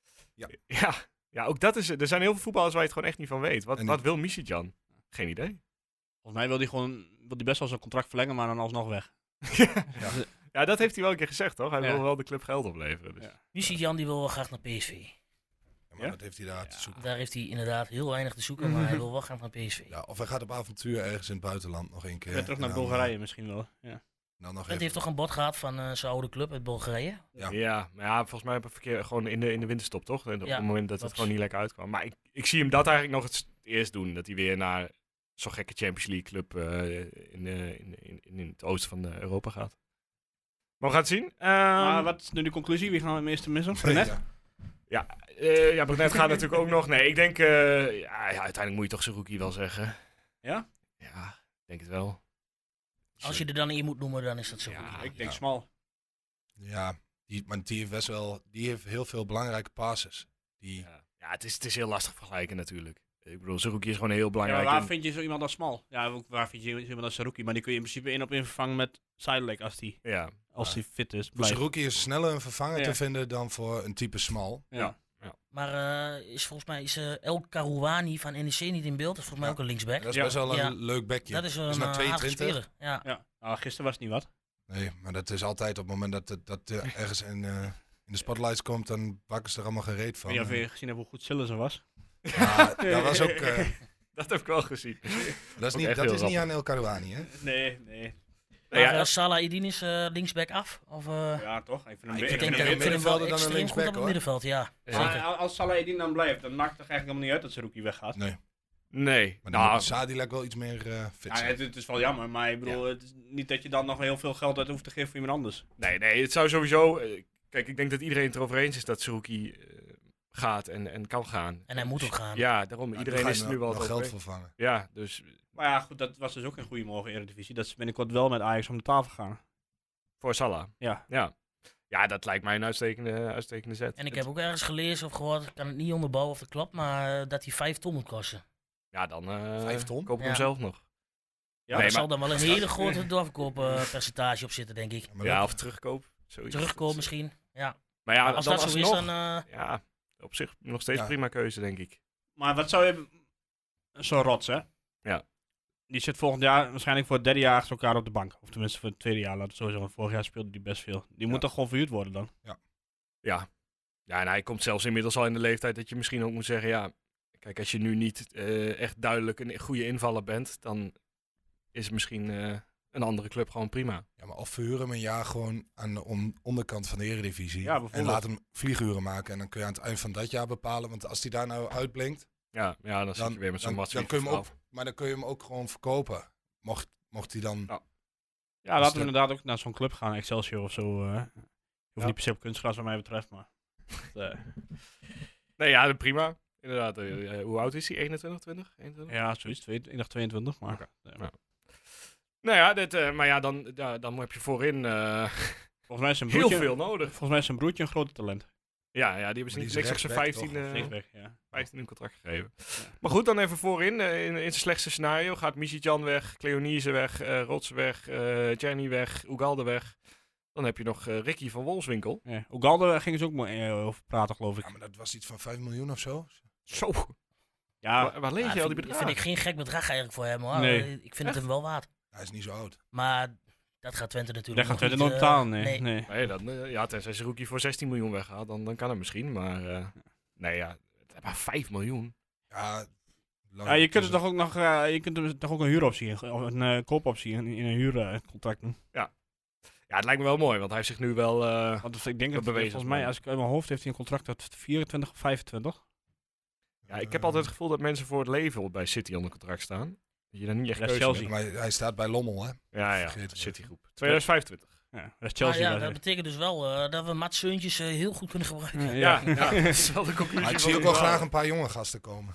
Ja, ja, ook dat is... Er zijn heel veel voetballers waar je het gewoon echt niet van weet. Wat, En wat die- wil Misitjan? Geen idee. Volgens mij wil hij gewoon wil hij best wel zijn contract verlengen, maar dan alsnog weg. Ja. Ja, dat heeft hij wel een keer gezegd, toch? Hij Ja. wil wel de club geld opleveren. Dus. Ja. Missie Jan die wil wel graag naar P S V. Ja, maar Ja? wat heeft hij daar te zoeken? Daar heeft hij inderdaad heel weinig te zoeken, maar hij wil wel graag naar P S V. Ja, of hij gaat op avontuur ergens in het buitenland nog een keer. Weer terug en naar dan, Bulgarije misschien wel. Ja. eh, Dan nog Het even. heeft toch een bod gehad van uh, zijn oude club uit Bulgarije. Ja. Ja, maar ja, volgens mij hebben we verkeer gewoon in de, in de winterstop, toch? En op Ja, het moment dat het klopt. gewoon niet lekker uitkwam. Maar ik, ik zie hem dat eigenlijk nog het eerst doen. Dat hij weer naar zo'n gekke Champions League club eh, in, eh, in, in, in het oosten van de Europa gaat. Maar we gaan het zien. Ehm, Maar wat is nu de conclusie? Wie gaan we het meeste missen? Nee, Brenet? ja. Ja, uh, ja Brenet gaat natuurlijk ook nog. Nee, ik denk, uh, ja, ja, uiteindelijk moet je toch Saruki wel zeggen. Ja? Ja, ik denk het wel. Als je er dan in moet noemen, dan is dat zo. Ja, Ik denk ja. Smal. Ja, die, maar die heeft best wel, die heeft heel veel belangrijke passes. Die, Ja, ja het, is, het is heel lastig vergelijken natuurlijk. Ik bedoel, Saruki is gewoon heel Ja, belangrijk. maar waar in- vind je zo iemand als Smal? Ja, ook waar vind je zo iemand als Saruki? Maar die kun je in principe één op één vervangen met Zijdelijk als die, ja, als Ja. die fit is. voor Blijft. Saruki is sneller een vervanger Ja. te vinden dan voor een type Smal. Ja. Maar uh, is volgens mij is uh, El Karouani van N E C niet in beeld. Dat is volgens mij Ja. ook een linksback. Dat is Ja. best wel een Ja. leuk bekje. Dat is een is na uh, aardige tweeëntwintig. speler. Ja. Ja. Nou, gisteren was het niet wat. Nee, maar dat is altijd op het moment dat het dat, uh, ergens in, uh, in de spotlights komt, dan bakken ze er allemaal gereed Ik van. weet niet of je gezien hebt hoe goed Sillissen was. Ja, dat was ook. Uh, dat heb ik wel gezien. dat is Ook niet, echt dat heel is niet grappig. aan El Karouani, hè? Nee, nee. Maar Ja, uh, Salah Eddin is uh, linksback af. Of, uh, Ja, toch? Ik vind hem ik ik ik vind denk hem dat ik vind hem wel middenvelder dan een extreem goed linksback, op het hoor. middenveld, ja. Ja. Maar als Salahedin dan blijft, dan maakt het toch eigenlijk helemaal niet uit dat Saruki weggaat. Nee. Nee. Maar dan Nou, moet Sadilek wel iets meer uh, fit Ja, zijn. het, het is wel jammer, maar ik bedoel, het is niet dat je dan nog heel veel geld uit hoeft te geven voor iemand anders. nee, nee, het zou sowieso... eh, Kijk, ik denk dat iedereen het erover eens is dat Saruki eh, gaat en, en kan gaan. En hij moet ook gaan. Ja, daarom. Ja, iedereen dan is ga er je nu wel nog over geld eens. vervangen. Ja, dus Maar ja, goed, dat was dus ook een goede morgen Eredivisie. Dat ze binnenkort wel met Ajax om de tafel gaan. voor Salah. Ja. Ja. Ja, dat lijkt mij een uitstekende, uitstekende zet. En ik Het- heb ook ergens gelezen of gehoord, ik kan het niet onderbouwen of dat klopt, maar uh, dat hij vijf ton moet kosten. Ja, dan eh Vijf ton? koop ik hem Ja. zelf nog. Ja, Ja, Nee, er maar- zal dan wel een hele grote doorverkooppercentage op zitten, denk ik. Ja, maar Ja, dat- of terugkoop. Zoiets. Terugkoop Dat- misschien. Ja. Maar ja, Maar als dan dat zo is, alsnog, dan... Uh, Ja, op zich nog steeds Ja. prima keuze, denk ik. Maar wat zou je... Zo'n rots, hè? Ja. Die zit volgend jaar waarschijnlijk voor het derde jaar achter elkaar op de bank. Of tenminste voor het tweede jaar, laten we het zo zeggen. Vorig jaar speelde hij best veel. Die moet Ja. toch gewoon verhuurd worden dan? Ja. Ja, en hij komt zelfs inmiddels al in de leeftijd dat je misschien ook moet zeggen, ja, kijk, als je nu niet eh, echt duidelijk een goede invaller bent, dan is misschien eh, een andere club gewoon prima. Ja, maar of verhuur hem een jaar gewoon aan de on- onderkant van de Eredivisie. Ja, bijvoorbeeld. en laat hem vlieguren maken. En dan kun je aan het eind van dat jaar bepalen. Want als hij daar nou uitblinkt, Ja, ja dan, zit dan, je weer met zo'n dan, Mats dan kun je hem Wiever ook, maar dan kun je hem ook gewoon verkopen. Mocht, mocht hij dan... Ja. Ja, laten we de- inderdaad ook naar zo'n club gaan, Excelsior of zo. eh. Je hoeft Ja. niet per se op kunstgras wat mij betreft, maar... dat, eh, Nee, ja, prima. Inderdaad. eh, eh, hoe oud is hij? eenentwintig, twintig, eenentwintig? ja, zoiets. twee- Ik dacht tweeëntwintig, maar... Oké. eh, Ja. Nou ja, dit, eh, maar ja, dan, ja, dan heb je voorin eh, Volgens mij is zijn heel broertje... veel nodig. Volgens mij is zijn broertje een groot talent. Ja, ja, die hebben ze Maar niet die is niks op zijn rechtsback, vijftien, toch? eh, Linksback, ja. vijftien in contract gegeven. Maar goed, dan even voorin. eh, in, in zijn slechtste scenario gaat Misitjan weg, Cleonise weg, eh Rots weg, eh Jenny weg, Ugalde weg. Dan heb je nog eh, Ricky van Wolfswinkel. Ja. Oegalde gingen ze ook mooi eh, over praten, geloof ik. Ja, maar dat was iets van vijf miljoen of zo. Zo, Ja, waar, waar lees ja, je al die vind, bedragen? vind ik geen gek bedrag eigenlijk voor hem hoor. Nee. Eh, Ik vind het hem wel waard. Hij is niet zo oud. Maar Dat gaat Twente Dat natuurlijk gaat nog Twente niet, nooit eh, betalen, nee. nee. nee. Nee, dan, uh, ja, tenzij ze Rookie voor zestien miljoen weghaalt, dan, dan kan het misschien. Maar uh, nee, ja, maar vijf miljoen. Ja, Ja, je kunt er toch ook nog uh, je kunt er toch ook een huuroptie, in, of een uh, koopoptie in, in een huurcontract doen. Ja. Ja, het lijkt me wel mooi, want hij heeft zich nu wel... Uh, want ik denk dat bewezen volgens mij, als ik uit mijn hoofd heeft hij een contract tot vierentwintig of vijfentwintig. Ja, ik heb altijd het gevoel dat mensen voor het leven bij City onder contract staan. Dat je dan niet echt Ja, keuze Chelsea. hebt. Maar hij staat bij Lommel, hè? Ja, ja, Vergeet het Citygroep. tweeduizend vijfentwintig. Ja, dat is Maar Chelsea. ja, was dat het. betekent dus wel uh, dat we Mats Seuntjes uh, heel goed kunnen gebruiken. Ja, Ja, ja. ja, dat is wel de conclusie. Maar ik van zie ook die wel verhaal. graag een paar jonge gasten komen.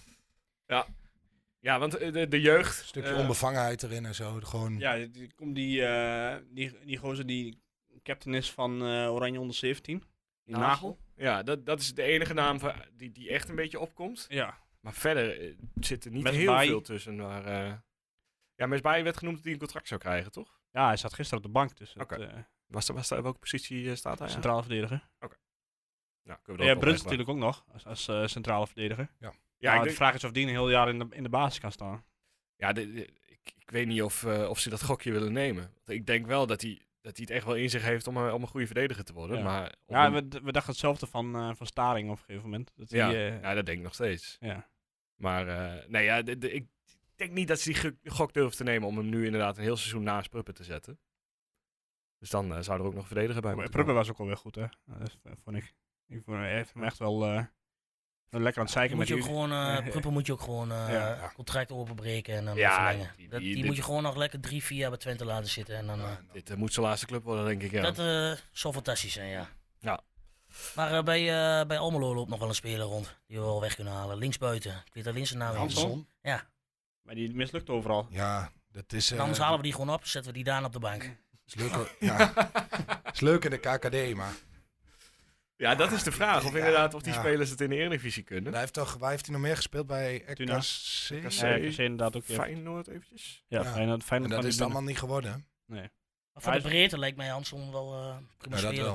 Ja, want uh, de, de jeugd... Een stukje uh, onbevangenheid erin en zo. Gewoon, Ja, die- die, komt die, uh, die, die gozer die captain is van uh, Oranje onder zeventien. Die Nagel. Nagel. Ja, dat, dat is de enige naam van- die, die echt een beetje opkomt. Ja. Maar verder uh, zit er niet Met heel Baai. veel tussen. Maar, uh, ja, Mesbaai werd genoemd dat hij een contract zou krijgen, toch? Ja, hij zat gisteren op de bank. Dus Oké. dat, uh, Was er, was daar welke positie uh, staat hij? centrale verdediger. Ja, kunnen we Ja, dat Bruns wel natuurlijk ook nog, als, als uh, centrale verdediger. Ja, Ja, ik de denk- vraag is of die een heel jaar in de, in de basis kan staan. Ja, de, de- ik, ik weet niet of, uh, of ze dat gokje willen nemen. Want ik denk wel dat hij, dat hij het echt wel in zich heeft om een, om een goede verdediger te worden. Ja. Maar op Ja, een- we, we dachten hetzelfde van, uh, van Staring op een gegeven moment. Dat ja, die, uh, ja, dat denk ik nog steeds. ja. Maar uh, nee, ja, de, de, ik denk niet dat ze die ge- gok durven te nemen om hem nu inderdaad een heel seizoen naast Pruppen te zetten. Dus dan uh, zou er ook nog een verdediger bij Maar moeten Pruppen komen. was ook alweer goed, hè. Dat uh, vond ik. Ik vond, hij heeft hem echt wel uh, lekker aan het Die zeiken moet met je ook die... gewoon, uh, eh, Pruppen moet je ook gewoon uh, ja. contract openbreken en dan Ja, verlengen. die- Dat, die- die dit- moet je gewoon nog lekker drie, vier jaar bij Twente laten zitten. En dan, uh, ja, Dit uh, moet zijn laatste club worden, denk ik, ja. Dat uh, zou fantastisch zijn, ja. Ja. Maar uh, bij, uh, bij Almelo loopt nog wel een speler rond die we wel weg kunnen halen. Linksbuiten. Ik weet alleen zijn naam niet. Hansson? Andersom. Ja. Maar die mislukt overal. Ja, dat is... En eh, anders halen we die gewoon op, zetten we die daar op de bank. is leuk, hoor. ja, is leuk in de K K D, maar... Ja, dat is de vraag. Of Ja, inderdaad of die ja. spelers het in de Eredivisie kunnen. Hij heeft toch, waar heeft hij nog meer gespeeld? Bij R K C? R Tuna. K C. Ja, ik zie inderdaad ook even. Feyenoord eventjes. Ja, Ja. Feyenoord, En Feyenoord dat kwam is niet het allemaal niet geworden. hè? binnen. Nee. Maar voor Hij de is- breedte lijkt mij Hansson wel uh, prima Ja, dat spelen. wel.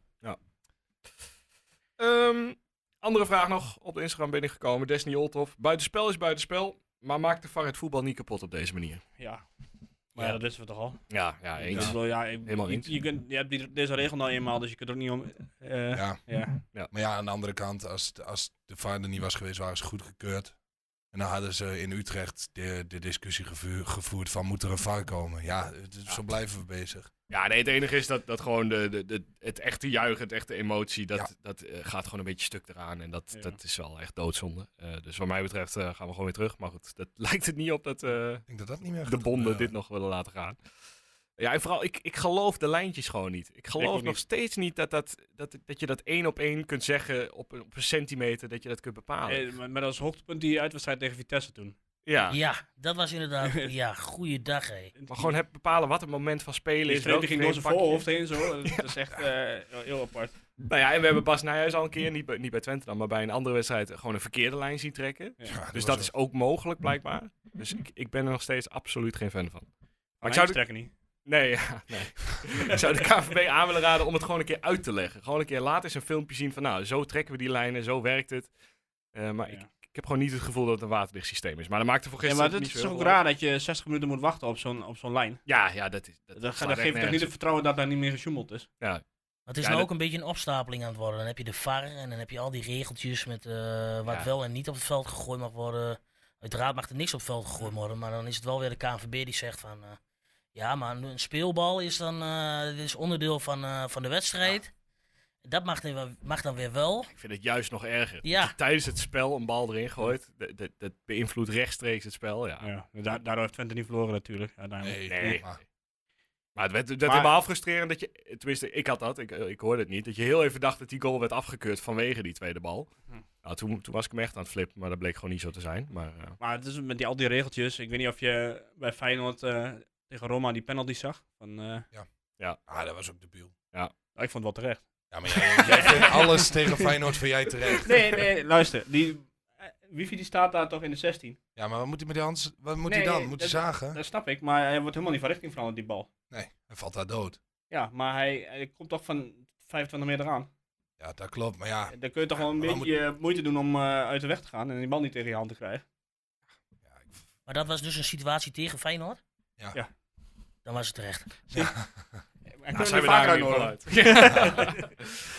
Ehm, andere vraag nog op de Instagram binnengekomen. Desni Olthoff. Buitenspel is buitenspel. Maar maakt de V A R het voetbal niet kapot op deze manier? Ja. Maar ja, dat wisten we toch al. Ja, ja, Ik eens. bedoel, ja, ik- Helemaal je, eens. je, kunt, je hebt die, deze regel nou eenmaal, dus je kunt er ook niet om... eh, Ja. ja. Maar ja, aan de andere kant, als, als de V A R er niet was geweest, waren ze goedgekeurd. En dan hadden ze in Utrecht de, de discussie gevoer- gevoerd van, moet er een V A R komen? Ja, het- zo blijven we bezig. Ja, nee, het enige is dat, dat gewoon de, de, de, het echte juichen, het echte emotie, dat, Ja. dat eh, gaat gewoon een beetje stuk eraan. En dat, Ja. dat is wel echt doodzonde. Eh, dus wat mij betreft eh, gaan we gewoon weer terug. Maar goed, dat lijkt het niet op dat eh, Ik denk dat dat niet meer de gaat bonden gebeuren. dit nog willen laten gaan. Ja, en vooral, ik, ik geloof de lijntjes gewoon niet. Ik geloof ook nog niet. steeds niet dat, dat, dat, dat je dat één op één kunt zeggen op een, op een centimeter, dat je dat kunt bepalen. Eh, maar, maar dat is hoogtepunt die uitwedstrijd tegen Vitesse toen. ja. Ja, dat was inderdaad, ja, goeie dag hé. Maar gewoon heb bepalen wat het moment van spelen Die is. streep welke die ging door zijn frame pak je. voorhoofd heen zo. Dat is echt eh, heel apart. Nou ja, en we hebben Bas Nijhuis al een keer, niet bij, niet bij Twente dan, maar bij een andere wedstrijd gewoon een verkeerde lijn zien trekken. Ja. Ja, Dus was dat is wel- ook mogelijk, blijkbaar. Dus ik, ik ben er nog steeds absoluut geen fan van. Maar Maar ik zou de, trekken niet. nee, ja, nee. ik zou de K V B aan willen raden om het gewoon een keer uit te leggen. Gewoon een keer laat eens een filmpje zien van, nou, zo trekken we die lijnen, zo werkt het. Uh, maar Ja. ik, ik heb gewoon niet het gevoel dat het een waterdicht systeem is. Maar dat maakt er voor Ja, gisteren maar niet het is zo toch heel ook veel raar dat je zestig minuten moet wachten op zo'n op zo'n lijn. uit. Ja, ja, dat is... Dat Dan, slaat dan echt geef je toch niet nergens het vertrouwen dat daar niet meer gesjoemeld is. Maar het is Ja, nou dat- ook een beetje een opstapeling aan het worden. Dan heb je de V A R en dan heb je al die regeltjes met uh, wat Ja. wel en niet op het veld gegooid mag worden. Uiteraard mag er niks op het veld gegooid worden, maar dan is het wel weer de K N V B die zegt van... Uh, ja, maar een speelbal is dan uh, dit is onderdeel van, uh, van de wedstrijd. Dat mag dan, wel- mag dan weer wel. Ik vind het juist nog erger. Ja. Dat je tijdens het spel een bal erin gooit. Dat, dat, dat beïnvloedt rechtstreeks het spel. Ja. Ja. Da daardoor heeft Twente niet verloren natuurlijk. Uiteindelijk. Nee, Nee. maar- Maar het werd, het werd Maar- helemaal frustrerend dat je... Tenminste, ik had dat. Ik, ik hoorde het niet. Dat je heel even dacht dat die goal werd afgekeurd vanwege die tweede bal. Hm. Nou, toen, toen was ik hem echt aan het flippen. Maar dat bleek gewoon niet zo te zijn. Maar uh, Maar het is met die, al die regeltjes. Ik weet niet of je bij Feyenoord uh, tegen Roma die penalty zag. Van, uh, Ah, dat was ook debiel. ik vond het wel terecht. Ja, maar jij, jij vindt alles tegen Feyenoord vind jij terecht. Nee, nee, luister. Die, uh, wifi die staat daar toch in de zestien. Ja, maar wat moet hij met die hand, wat moet Nee, hij dan? nee, Moet hij dat- zagen? Dat snap ik, maar hij wordt helemaal niet van richting veranderd, die bal. Nee, hij valt daar dood. Ja, maar hij, hij komt toch van vijfentwintig meter aan. Ja, dat klopt. Maar ja, Dan kun je toch wel een maar beetje uh, moeite doen om uh, uit de weg te gaan en die bal niet tegen je hand te krijgen. ja, ik- Maar dat was dus een situatie tegen Feyenoord? ja. Ja. dan was het terecht. En Nou, kunnen zijn we we daar vaker in ieder geval uitnodigen. uit.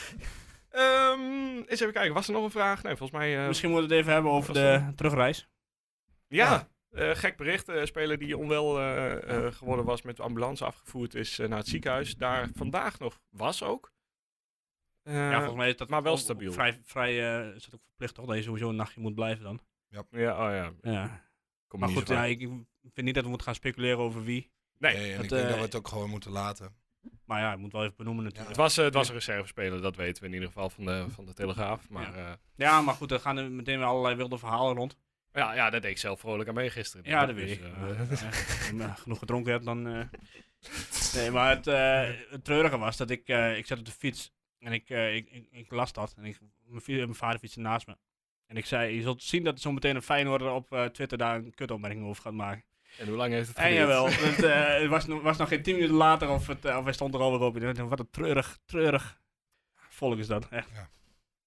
Ehm, eens even kijken, was er nog een vraag? Nee, volgens mij... eh, Misschien moeten we het even hebben over was de terugreis. Ja, eh, gek bericht. Een speler die onwel eh, eh, geworden was met de ambulance afgevoerd is eh, naar het ziekenhuis. Daar vandaag nog was ook. Eh, ja, volgens mij is dat maar wel ook stabiel. Vrij, vrij uh, is dat ook verplicht toch, dat je sowieso een nachtje moet blijven dan. Ja, oh ja. Ja. Kom Maar niet goed, zo ja, vaak. ik ik vind niet dat we moeten gaan speculeren over wie. Nee, Nee, en het, ik denk eh, dat we het ook gewoon moeten laten. Maar ja, ik moet wel even benoemen natuurlijk. het was, eh, het was een reservespeler, dat weten we in ieder geval van de, van de Telegraaf. Maar ja. Ja, maar goed, er gaan er meteen weer allerlei wilde verhalen rond. ja, ja, daar deed ik zelf vrolijk aan mee gisteren. Ja, dat weet Dus, ik. eh, Als je genoeg gedronken hebt, dan... Uh... Nee, maar het, uh, het treurige was dat ik... Uh, ik zat op de fiets en ik, uh, ik, ik, ik las dat. En ik, mijn, mijn vader fietste naast me. En ik zei, je zult zien dat zo meteen een Feyenoorder op uh, Twitter daar een kutopmerking over gaat maken. En hoe lang heeft het En geduurd? jawel, het, uh, het was, was nog geen tien minuten later of, het, uh, of hij stond er alweer op. En wat een treurig, treurig volk is dat, echt. Ja.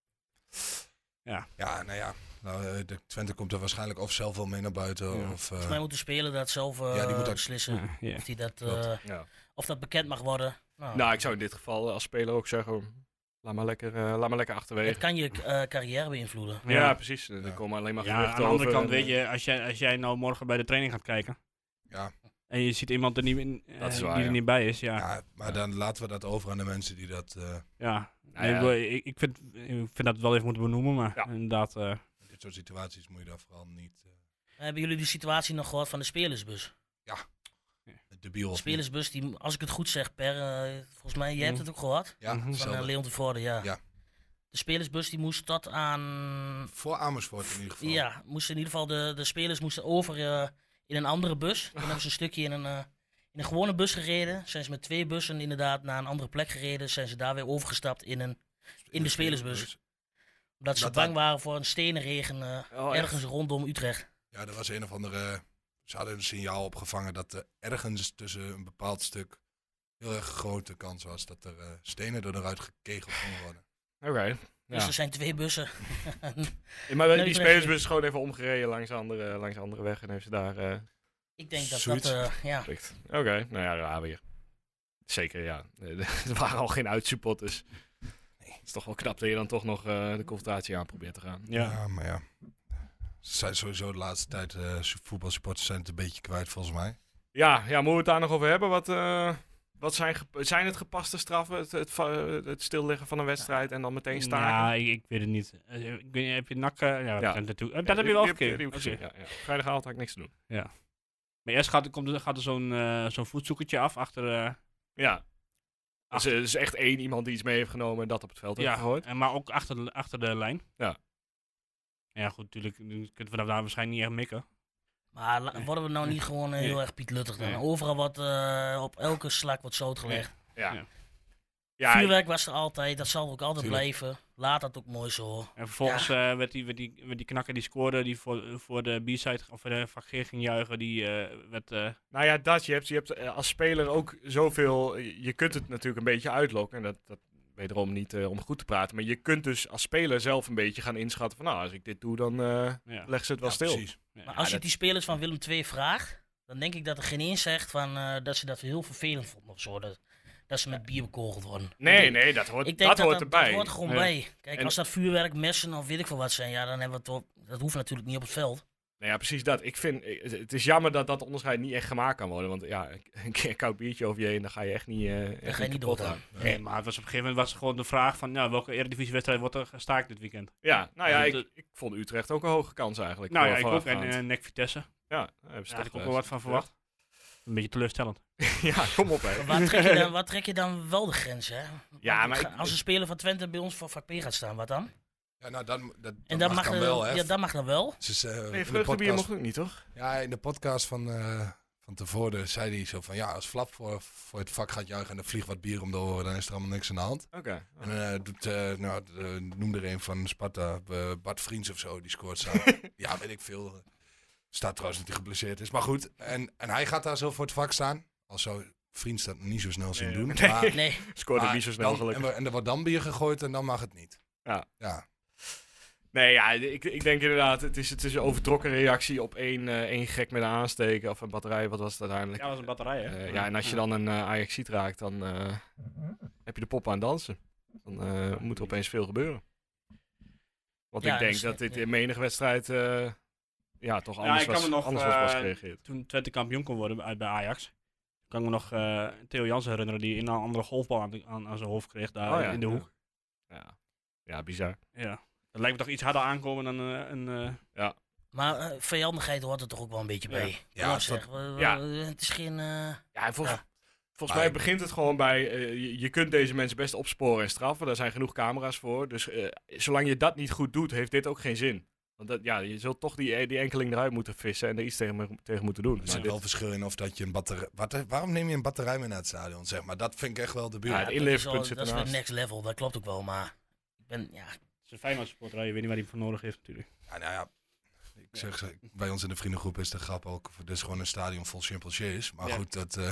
Ja. Ja, nou ja. Nou, uh, de Twente komt er waarschijnlijk of zelf wel mee naar buiten. Ja. Of, uh, Volgens mij moeten spelen dat zelf uh, Ja, die moet ook- beslissen. Ja, ja. Of, die dat, Klopt. uh, Ja. of dat bekend mag worden. Nou, Nou, ik zou in dit geval als speler ook zeggen, laat maar lekker, uh, laat maar lekker achterwege. het kan je uh, carrière beïnvloeden. Ja, Ja. precies. Er Ja. komen alleen maar Ja, geruchten aan de andere over kant, en- weet je, als jij, als jij nou morgen bij de training gaat kijken ja. en je ziet iemand er niet, in, eh, Dat is die waar, er ja. niet bij is, ja. Ja, maar dan laten we dat over aan de mensen die dat... uh, ja. Nou ja. Ik, bedoel, ik, ik, vind, ik vind dat we wel even moeten benoemen, maar Ja. inderdaad... Uh, in dit soort situaties moet je daar vooral niet... Uh, Hebben jullie die situatie nog gehoord van de spelersbus? debiel De of niet. spelersbus, die, als ik het goed zeg, per, uh, volgens mij, jij hebt het ook gehoord? Ja, Mhm. Van uh, hetzelfde. Leon de Voorde, ja. Ja. De spelersbus die moest tot aan... Voor Amersfoort in ieder geval. Ja, moesten in ieder geval de, de spelers moesten over uh, in een andere bus. Dan hebben ze een stukje in een, uh, in een gewone bus gereden. Zijn ze met twee bussen inderdaad naar een andere plek gereden. Zijn ze daar weer overgestapt in, een, in de spelersbus. Omdat ze Dat bang dat- waren voor een stenenregen uh, Oh, echt? ergens rondom Utrecht. Ja, er was een of andere... Ze hadden een signaal opgevangen dat er ergens tussen een bepaald stuk heel erg grote kans was dat er uh, stenen er eruit gekegeld konden worden. Oké. Dus Ja. er zijn twee bussen. Ja, maar Nee, die ik spelersbus is gewoon even omgereden langs de andere, langs de andere weg en heeft ze daar uh, Ik denk dat Zoiets. dat, uh, ja. geflikt. Oké, nou ja, raar weer. Zeker, ja. Er waren al geen uitsupporters. Het is toch wel knap dat je dan toch nog uh, de confrontatie aan probeert te gaan. ja. Ja, maar ja. Ze zijn sowieso de laatste tijd, uh, voetbalsupporters zijn het een beetje kwijt volgens mij. Ja, ja, moeten we het daar nog over hebben? Wat, uh, wat zijn, ge- zijn het gepaste straffen? Het, het, va- het stilleggen van een wedstrijd en dan meteen staken? Ja, ik, ik weet het niet. Uh, ik weet niet, heb je nak? Uh, ja, Ja. dat, natuurlijk- dat heb je wel Die- die- gekregen. die heb ik gezien, Oké. ja, ja. Vrijdagavond had ik niks te doen. Maar eerst gaat, komt er, gaat er zo'n uh, zo'n voetzoekertje af achter... Uh, Ja. Dus achter er is echt één iemand die iets mee heeft genomen en dat op het veld heeft ja, gegooid. en maar ook achter de, achter de lijn. Ja. Ja, goed, natuurlijk kunnen we daar waarschijnlijk niet echt mikken. Maar la- worden we nou niet gewoon uh, heel Nee. erg Piet Luttig dan? Nee. Overal wat, uh, op elke slak wordt zout gelegd. Ja. Ja. Ja, ik- Vuurwerk was er altijd, dat zal ook altijd Tuurlijk. blijven. Laat dat ook mooi zo. En vervolgens eh, werd, die, werd, die, werd die knakker die scoorde, die voor, voor de B-side, of voor de Van Geer ging juichen, die uh, werd... Uh, Nou ja, dat. Je hebt, je hebt eh, als speler ook zoveel... Je je kunt het natuurlijk een beetje uitlokken. En dat, dat wederom niet uh, om goed te praten. Maar je kunt dus als speler zelf een beetje gaan inschatten van... Nou, als ik dit doe, dan uh, ja. leg ze het wel Ja, stil. precies. Ja. Maar als je dat- die spelers van Willem twee vraagt, dan denk ik dat er geen één zegt van, uh, dat ze dat heel vervelend vonden of zo. Dat, dat ze met bier bekogeld worden. Nee, Ik- nee, dat hoort, Ik denk dat dat, hoort dat, erbij. dat hoort gewoon Ja. bij. Kijk, En- als dat vuurwerk, messen of weet ik veel wat zijn, ja, dan hebben we het wel- dat hoeft natuurlijk niet op het veld. Nou ja, precies dat. Ik vind, eh, het het is jammer dat dat onderscheid niet echt gemaakt kan worden. Want ja, een keer een koud biertje over je heen, dan ga je echt niet, uh, echt Dan ga je niet kapot doodgaan. gaan. Nee, maar het was op een gegeven moment was het gewoon de vraag van, nou, welke eredivisiewedstrijd wordt er gestaakt dit weekend? Ja, nou ja, Ja, ik, dat- ik vond Utrecht ook een hoge kans eigenlijk. Nou voor- ja, ik ook. En voorafgaand. uh, Nek Vitesse. ja, daar hebben ze Daar had toch ik ook best. wel wat van verwacht. Een beetje teleurstellend. Ja, kom op, hè. Maar waar trek, je dan, waar trek je dan wel de grens, hè? Ja, Want maar ga- ik- als een speler van Twente bij ons voor vak P gaat staan, wat dan? Ja, nou, dan, dat, En dat dat mag mag, dan er- wel, hè. ja, dat mag dan wel. Ze is, uh, Nee, in de vreugdebier podcast, mocht ook niet, toch? ja, in de podcast van, uh, van tevoren zei hij zo van... Ja, als Flap voor, voor het vak gaat juichen en er vliegt wat bier om de oren... dan is er allemaal niks aan de hand. Oké. En uh, doet, uh, nou, uh, noem er een van Sparta, uh, Bart Vriends of zo, die scoort zo. Ja, weet ik veel. Staat trouwens dat hij geblesseerd is. Maar goed, en, en hij gaat daar zo voor het vak staan. Al zou Vriends dat nog niet zo snel zien Nee, doen. nee. Maar, Nee, Scoorde maar niet zo snel, dan- en, gelukkig. we- en er wordt dan bier gegooid en dan mag het niet. Ja. Ja. Nee, ja, ik, ik denk inderdaad, het is, het is een overtrokken reactie op één, uh, één gek met een aansteken of een batterij, wat was het uiteindelijk? Ja, dat was een batterij, hè? Uh, ja, en als je dan een uh, Ajaxiet raakt, dan uh, heb je de pop aan dansen. Dan uh, moet er opeens veel gebeuren. Want ja, ik denk dus, dat dit ja. in menige wedstrijd uh, ja, toch anders, ja, was, nog, anders uh, was gereageerd. Toen Twente kampioen kon worden uit bij Ajax, kan ik me nog uh, Theo Jansen herinneren die een andere golfbal aan, aan, aan zijn hoofd kreeg daar oh, ja, in de hoek. Ja, ja bizar. Ja. Dat lijkt me toch iets harder aankomen dan uh, een... Uh... Ja. Maar uh, vijandigheid hoort er toch ook wel een beetje bij. Ja, ja, dat, zeg. We, we, ja. Het is geen... Uh, ja, volgens, ja. volgens mij begint het gewoon bij... Uh, je, je kunt deze mensen best opsporen en straffen. Daar zijn genoeg camera's voor. Dus uh, zolang je dat niet goed doet, heeft dit ook geen zin. Want dat, ja, je zult toch die, die enkeling eruit moeten vissen en er iets tegen, tegen moeten doen. Er zit wel verschil in of dat je een batterij... Wat, waarom neem je een batterij mee naar het stadion, zeg maar? Dat vind ik echt wel de buurt. Ja, het inleverpunt zit ernaast. Dat is weer next level, dat klopt ook wel, maar... Ik ben, ja... Het is een Feyenoord supporter, je weet niet waar hij voor nodig heeft natuurlijk. Ja, nou ja, ik zeg, ja. bij ons in de vriendengroep is de grap ook, dit is gewoon een stadion vol chimpansees. Maar ja. goed, dat... Uh...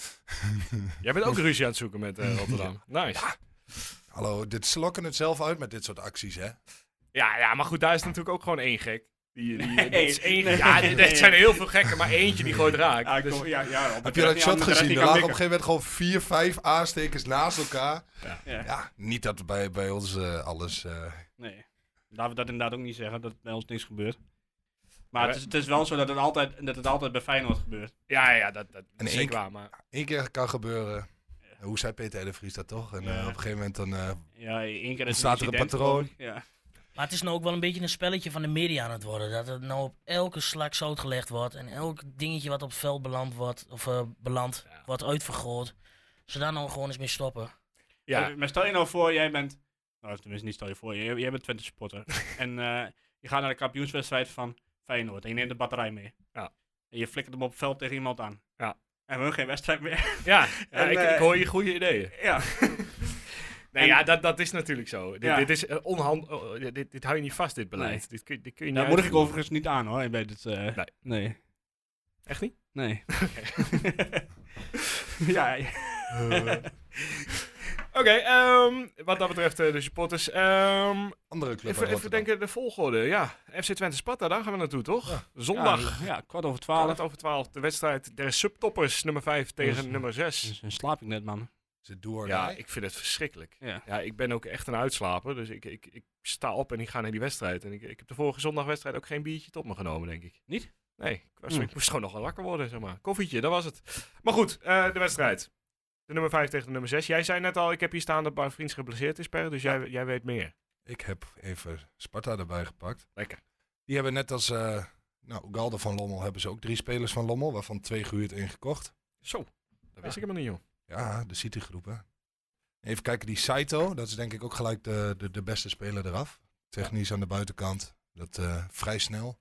Jij bent ook ruzie aan het zoeken met uh, Rotterdam. Nice. Ja. Hallo, dit, ze lokken het zelf uit met dit soort acties, hè? Ja, ja, maar goed, daar is natuurlijk ook gewoon één gek. Die, die, nee, is één, nee, ja, nee, nee, het zijn er heel veel gekken, maar eentje die gooit raakt. Ja, dus, kom, ja, ja, heb je dat shot gezien? Er lagen op een gegeven moment gewoon vier, vijf aanstekers naast elkaar. Ja, ja. ja niet dat bij, bij ons uh, alles... Uh... Nee, laten we dat inderdaad ook niet zeggen, dat bij ons niks gebeurt. Maar ja, het, is, het is wel zo dat het altijd, dat het altijd bij Feyenoord gebeurt. Ja, ja, dat, dat en is zeker waar. Maar... Eén keer kan gebeuren. Ja. Hoe zei Peter de Vries dat toch? En ja. uh, op een gegeven moment dan uh, ja, één keer ontstaat er een patroon. Ja. Maar het is nou ook wel een beetje een spelletje van de media aan het worden. Dat het nou op elke slag zout gelegd wordt. En elk dingetje wat op het veld beland wordt, of uh, belandt, ja. wordt uitvergroot. Ze daar nou gewoon eens mee stoppen. Ja, maar stel je nou voor, jij bent... Nou, tenminste niet stel je voor, jij, jij bent Twente supporter. en uh, je gaat naar de kampioenswedstrijd van Feyenoord. En je neemt de batterij mee. Ja. En je flikkert hem op het veld tegen iemand aan. Ja. En we hebben geen wedstrijd meer. Ja, en, ja ik, uh, ik hoor je goede ideeën. Ja. Nee, en, ja, dat, dat is natuurlijk zo. Dit, ja. dit is uh, onhand... Oh, dit, dit hou je niet vast, dit beleid. Nee. Dit kun, dit kun je niet Daar moedig ik overigens niet aan, hoor. Bij dit, uh, nee. nee. Echt niet? Nee. ja. uh. Oké, okay, um, wat dat betreft uh, de supporters. Um, Andere club. Even, even denken, de volgorde. Ja, F C Twente Sparta, daar gaan we naartoe, toch? Ja. Zondag. Ja, ja, kwart over twaalf. Kwart over twaalf. De wedstrijd der subtoppers, nummer vijf tegen dus, nummer zes. Dus een slaap ik net, man. Door, ja, ik vind het verschrikkelijk. Ja. ja, ik ben ook echt een uitslaper. Dus ik, ik, ik sta op en ik ga naar die wedstrijd. En ik, ik heb de vorige zondagwedstrijd ook geen biertje tot me genomen, denk ik. Niet? Nee, ik, was, mm. ik moest gewoon nog wel wakker worden, zeg maar. Koffietje, dat was het. Maar goed, uh, de wedstrijd. De nummer vijf tegen de nummer zes. Jij zei net al, ik heb hier staan dat Bart Vriends geblesseerd is, Per. Dus ja. jij, jij weet meer. Ik heb even Sparta erbij gepakt. Lekker. Die hebben net als uh, nou, Galder van Lommel hebben ze ook drie spelers van Lommel, waarvan twee gehuurd en gekocht. Zo, dat ja. wist ik helemaal niet, joh. Ja, de City-groep, hè. Even kijken, die Saito, dat is denk ik ook gelijk de, de, de beste speler eraf. Technisch ja. aan de buitenkant, dat uh, vrij snel.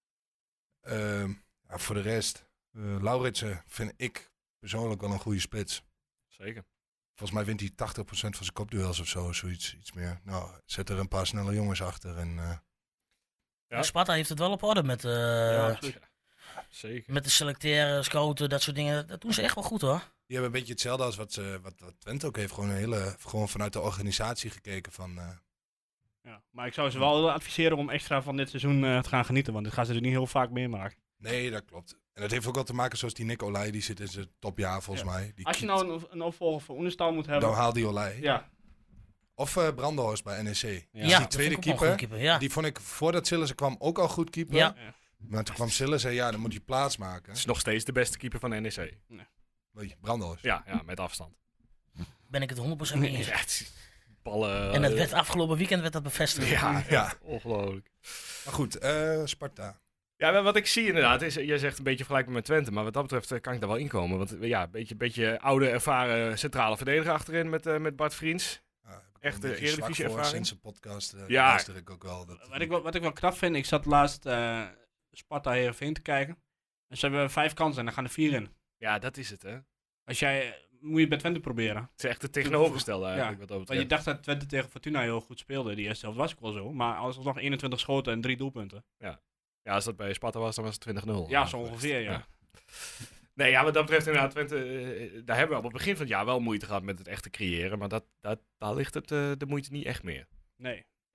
Uh, ja, voor de rest, uh, Lauritsen vind ik persoonlijk wel een goede spits. Zeker. Volgens mij wint hij tachtig procent van zijn kopduels of zo, zoiets iets meer. Nou, zet er een paar snelle jongens achter en... Uh... Ja. Sparta heeft het wel op orde met, uh, ja, zeker. met de selecteren, scouten, dat soort dingen. Dat doen ze echt wel goed, hoor. Die hebben een beetje hetzelfde als wat, uh, wat, wat Twente ook heeft. Gewoon, een hele, gewoon vanuit de organisatie gekeken van... Uh... Ja, maar ik zou ze wel adviseren om extra van dit seizoen uh, te gaan genieten. Want dit gaan ze er niet heel vaak meemaken. Nee, dat klopt. En dat heeft ook wel te maken zoals die Nick Olij. Die zit in zijn topjaar volgens ja. mij. Die als je nou een, een opvolger voor Oenestal moet hebben... Dan haal die Olij. Ja. Of uh, Brandenhorst bij N E C. Ja, dus ja die tweede keeper, keeper ja. die vond ik voordat Sillissen kwam ook al goed keeper. Ja. Maar toen kwam Sillissen en ja, dan moet je plaats maken. Het is nog steeds de beste keeper van N E C. Nee. Brandenhorst. Ja, ja, met afstand. Ben ik het honderd procent mee eens. Ja, het ballen... En het werd afgelopen weekend werd dat bevestigd. Ja, ja. Ongelooflijk. Maar goed, uh, Sparta. Ja, wat ik zie inderdaad is, jij zegt een beetje vergelijkbaar met Twente, maar wat dat betreft kan ik daar wel inkomen. Want ja, een beetje, beetje oude, ervaren centrale verdediger achterin met, uh, met Bart Vriends. Ja, echt de Eredivisie ervaring. Sinds een podcast uh, ja. luister ik ook wel. Dat wat, ik wel. Wat ik wel knap vind, ik zat laatst uh, Sparta Heerenveen te kijken. En ze hebben vijf kansen en dan gaan er vier in. Ja, dat is het, hè. Als jij, moet je bij Twente proberen. Het is echt het tegenovergestelde eigenlijk. Ja. Wat dat Want je dacht dat Twente tegen Fortuna heel goed speelde. Die eerste helft was ook wel zo. Maar als er nog eenentwintig schoten en drie doelpunten. Ja. Ja, als dat bij Sparta was, dan was het twintig nul. Ja, zo ongeveer, ja. ja. Nee, ja, wat dat betreft inderdaad, Twente, uh, daar hebben we op het begin van het jaar wel moeite gehad met het echte creëren. Maar dat, dat, daar ligt het, uh, de moeite niet echt meer. Nee.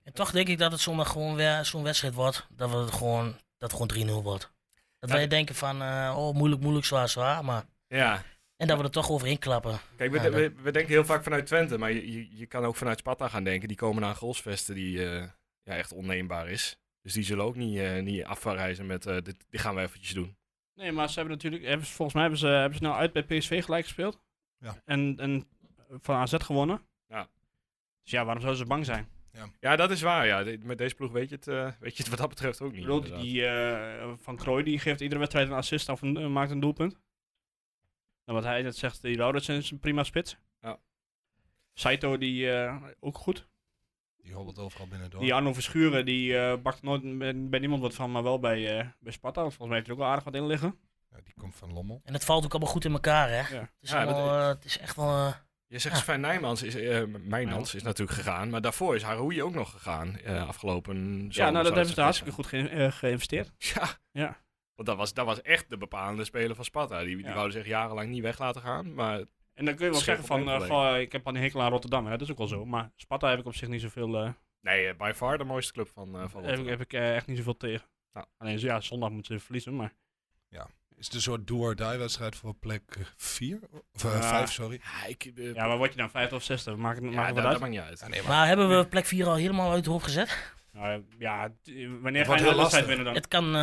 En toch denk ik dat het zondag gewoon weer zo'n wedstrijd wordt. Dat we het gewoon, dat het gewoon drie nul wordt. Dat Ja, wij denken van, uh, oh moeilijk, moeilijk, zwaar, zwaar. Maar... Ja. En dat we er toch overheen klappen. Kijk, we, Ja, we, we denken heel vaak vanuit Twente, maar je, je, je kan ook vanuit Sparta gaan denken. Die komen naar een goalsvesten die uh, ja, echt onneembaar is. Dus die zullen ook niet, uh, niet afreizen met, uh, dit, dit gaan we eventjes doen. Nee, maar ze hebben natuurlijk, hebben ze, volgens mij hebben ze, hebben ze nou uit bij P S V gelijk gespeeld. Ja. En, en van A Z gewonnen. Ja. Dus ja, waarom zouden ze bang zijn? Ja, dat is waar. Ja. De, met deze ploeg weet je, het, uh, weet je het wat dat betreft ook Ik niet. bedoel, inderdaad. die uh, Van Krooi die geeft iedere wedstrijd een assist of een, uh, maakt een doelpunt. En wat hij net zegt, die Lauritsen is een prima spits. Ja. Saito die uh, ook goed. Die hobbelt overal binnen door. Die Arno Verschuren die uh, bakt nooit bij, bij niemand wat van, maar wel bij, uh, bij Sparta. Volgens mij heeft hij ook wel aardig wat in liggen. Ja, die komt van Lommel. En het valt ook allemaal goed in elkaar, hè? Ja. Het, is Ja, allemaal, dat- uh, het is echt wel... Uh, Je zegt Ja. Sven Nijmans, is, uh, Mijnans is natuurlijk gegaan, maar daarvoor is Haroui ook nog gegaan uh, afgelopen zomer. Ja, nou dat zou hebben het ze hartstikke goed ge- uh, geïnvesteerd. Ja. Ja. Want dat was, dat was echt de bepalende speler van Sparta. Die, die Ja. wouden zich jarenlang niet weg laten gaan, maar En dan kun je wel Scheef zeggen van, op één uh, goh, ik heb aan die hekel aan Rotterdam. En dat is ook wel zo. Maar Sparta heb ik op zich niet zoveel, uh, nee, uh, by far de mooiste club van, uh, van heb, ik- Rotterdam. heb ik uh, echt niet zoveel tegen. Ja. Alleen ja, zondag moeten ze verliezen, maar... Is het een soort do-or-die-wedstrijd voor plek vier? Of Ja. vijf, sorry. Ja, ik, uh, Ja, maar word je dan vijfde of zesde? Maakt het ja, maakt het dat, wat dat uit? maakt niet uit. Ja, nee, maar maar hebben we plek vier al helemaal uit de hoofd gezet? Nou, ja, t- wanneer Het ga je wordt de heel wedstrijd lastig. winnen dan? Het kan...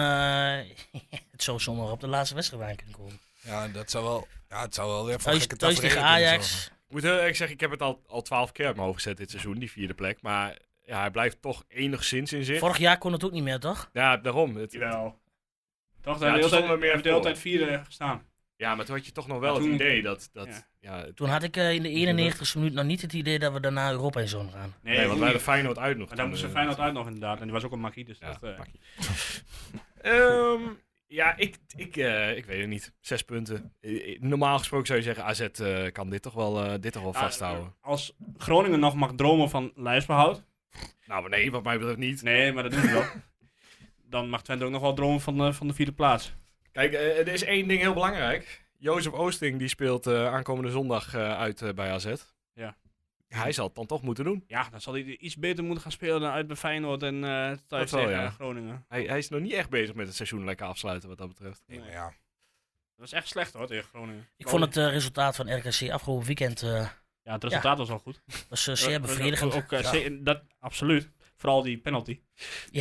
Uh, het zou zomaar op de laatste wedstrijd aan kunnen komen. ja, dat zou wel, ja, het zou wel weer voor Thuis, gekke thuis tegen tafereelen kunnen Ajax. zorgen. Ik moet heel eerlijk zeggen, ik heb het al, al twaalf keer op mijn hoofd gezet dit seizoen, die vierde plek. Maar ja, hij blijft toch enigszins in zicht. Vorig jaar kon het ook niet meer, toch? Ja, daarom. Het, Jawel. Toch, Ja, ja, het de stond hele er tijd, meer hebben de hele voor. tijd vierde gestaan. ja, maar toen had je toch nog wel Maar het toen- idee dat... dat Ja. ja. het- Toen had ik uh, in de eenennegentigste minuut nog niet het idee dat we daarna Europa in zouden gaan. nee, want wij hadden Feyenoord uit nog. Maar daar toen, moest ze eh, Feyenoord uit nog inderdaad. En die was ook een makkie, dus Ja, dat... Uh, makkie. Ehm, ja, ik, ik, eh, ik weet het niet. Zes punten. Eh, eh, Normaal gesproken zou je zeggen, A Z eh, kan dit toch wel, eh, dit toch wel ja, vasthouden. als Groningen nog mag dromen van lijfsbehoud... Nou, nee, wat mij betreft niet. Nee, maar dat doen ze wel. Dan mag Twente ook nog wel dromen van, uh, van de vierde plaats. Kijk, eh, er is één ding heel belangrijk. Jozef Oosting die speelt eh, aankomende zondag eh, uit eh, bij A Z. Ja. Hij zal het dan toch moeten doen. Ja, dan zal hij iets beter moeten gaan spelen dan uit bij Feyenoord en uh, thuis wel, tegen ja. Groningen. Hij, hij is nog niet echt bezig met het seizoen lekker afsluiten wat dat betreft. Nee, maar ja, Dat was echt slecht hoor, tegen Groningen. Ik vond het uh, resultaat van R K C afgelopen weekend uh, Ja, het resultaat was wel goed. was, uh, zeer Eh, bevredigend. Ook, uh, Ja. ze- dat, absoluut. Vooral die penalty. Ja.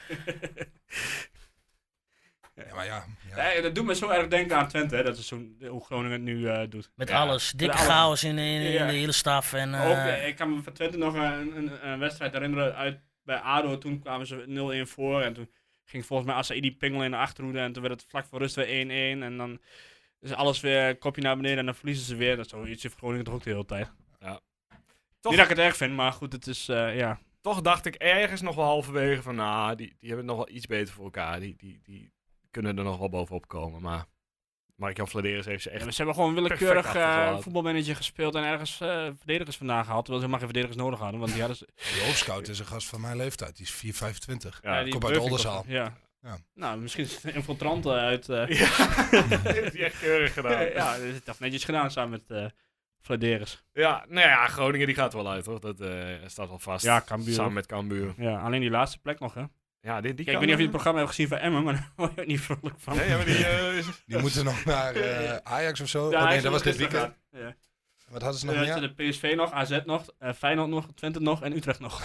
ja, maar ja. ja. Nee, dat doet me zo erg denken aan Twente, hè. Dat is zo, hoe Groningen het nu uh, doet. Met Ja. alles. Dikke Met alles. chaos in, in, in Ja. de hele staf. En, uh, Ook, eh, ik kan me van Twente nog een, een, een wedstrijd herinneren uit bij ADO. Toen kwamen ze nul-een voor en toen ging volgens mij Asaidi pingelen in de achterhoede. En toen werd het vlak voor rust weer één-één. En dan is alles weer kopje naar beneden en dan verliezen ze weer. Dat is zoiets in Groningen toch ook de hele tijd. Toch, Niet dat ik het erg vind, maar goed, het is, uh, ja. toch dacht ik ergens nog wel halverwege van, nou, die, die hebben het nog wel iets beter voor elkaar. Die, die, die kunnen er nog wel bovenop komen. Maar Mark-Jan Vladeris heeft ze echt... Ja, ze hebben gewoon willekeurig perfect uh, achtergelaten. voetbalmanager gespeeld en ergens uh, verdedigers vandaan gehaald. Terwijl ze helemaal geen verdedigers nodig hadden. Want die hadden ze, Die hoofdscout is een gast van mijn leeftijd. Die is vier vijfentwintig. Ja, die kom uit Breuvik Oldenzaal. of zo. Ja. Ja. Nou, misschien is het een infiltrant uh, uit... Uh, Ja, heeft hij echt keurig gedaan. ja, dat is toch netjes gedaan samen met uh, Vladeris. Ja, nou ja, Groningen die gaat er wel uit, hoor. Dat eh, staat wel vast. Ja, Cambuur Samen ook. met Cambuur. Ja, alleen die laatste plek nog, hè. Ja, die, die Kijk, ik weet niet of je het programma hebt gezien van Emmen, maar daar word je ook niet vrolijk van. Nee, ja, maar die... eh, is- Die moeten nog naar eh, Ajax of zo. Ja, oh, hij nee, is dat was dit gisteren weekend. gegaan. Ja. Wat hadden ze nog Dan meer? zitten de P S V nog, A Z nog, uh, Feyenoord nog, Twente nog en Utrecht nog.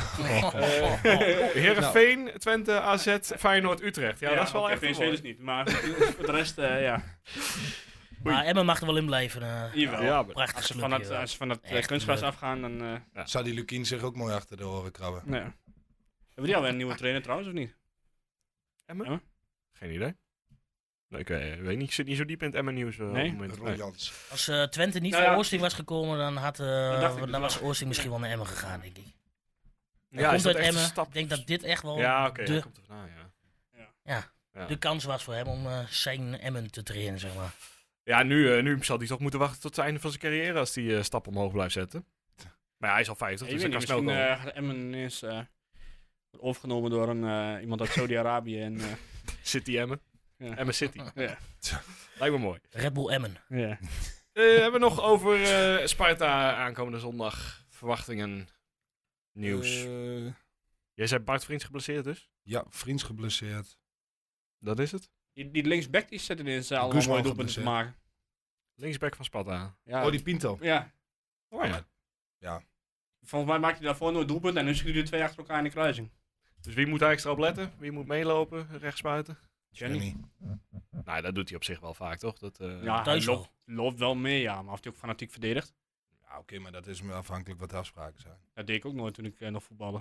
Heerenveen, Twente, A Z, Feyenoord, Utrecht. Ja, dat is wel oké, echt P S V mooi. dus niet, maar voor de rest, uh, ja. maar Emmen mag er wel in blijven. Uh, Jawel. Ja, maar- prachtig Als ze clubje, van dat, wel. als ze van dat uh, Echt kunstgras leuk. afgaan, dan... Uh, Zou die Lukien zich ook mooi achter de oren krabben? nee. Hebben die alweer een nieuwe trainer trouwens, of niet? Emmen? Emmen? Geen idee. Nee, ik weet, weet niet, ik zit niet zo diep in het Emmen nieuws. eh, Nee? op het moment. Ron Nee. Jans. Als uh, Twente niet Nou voor ja. Oosting was gekomen, dan, had, uh, Dat dacht ik dus dan was wel. Oosting misschien wel naar Emmen gegaan, denk ik. Hij Ja, is komt dat uit echt een Emmen. stap? Ik denk dat dit echt wel Ja, oké, de, hij komt er vandaan, ja. ja, Ja. de kans was voor hem om uh, zijn Emmen te trainen, zeg maar. Ja, nu, uh, nu zal hij toch moeten wachten tot het einde van zijn carrière als hij uh, stap omhoog blijft zetten. Maar ja, hij is al vijftig, Ik dus weet hij niet, kan snel misschien komen. uh, gaat Emmen ineens uh, overgenomen door een, uh, iemand uit Saudi-Arabië en... Uh, City Emmen. ja. Emmen City. Ja. Lijkt me mooi. Red Bull Emmen. Ja. Uh, hebben we nog over uh, Sparta aankomende zondag? Verwachtingen, nieuws? Eh, Jij zei Bart Vriends geblesseerd dus? Ja, Vriends geblesseerd. Dat is het. Die, die linksback die zit ineens uh, allemaal Guzman mooie doelpunten te geblesseerd. maken. Linksback van Sparta. Ja. Oh, die Pinto. ja. Oh ja. Ja. Volgens mij maakte hij daarvoor nooit doelpunt en nu schiet hij er twee achter elkaar in de kruising. Dus wie moet daar extra op letten? Wie moet meelopen, rechtsbuiten? Jenny. Nou, dat doet hij op zich wel vaak, toch? Dat, uh, Ja, hij Thuis wel. loopt, loopt wel mee, ja. Maar of hij ook fanatiek verdedigt, Ja, oké, maar dat is me afhankelijk wat de afspraken zijn. dat deed ik ook nooit toen ik uh, nog voetbalde.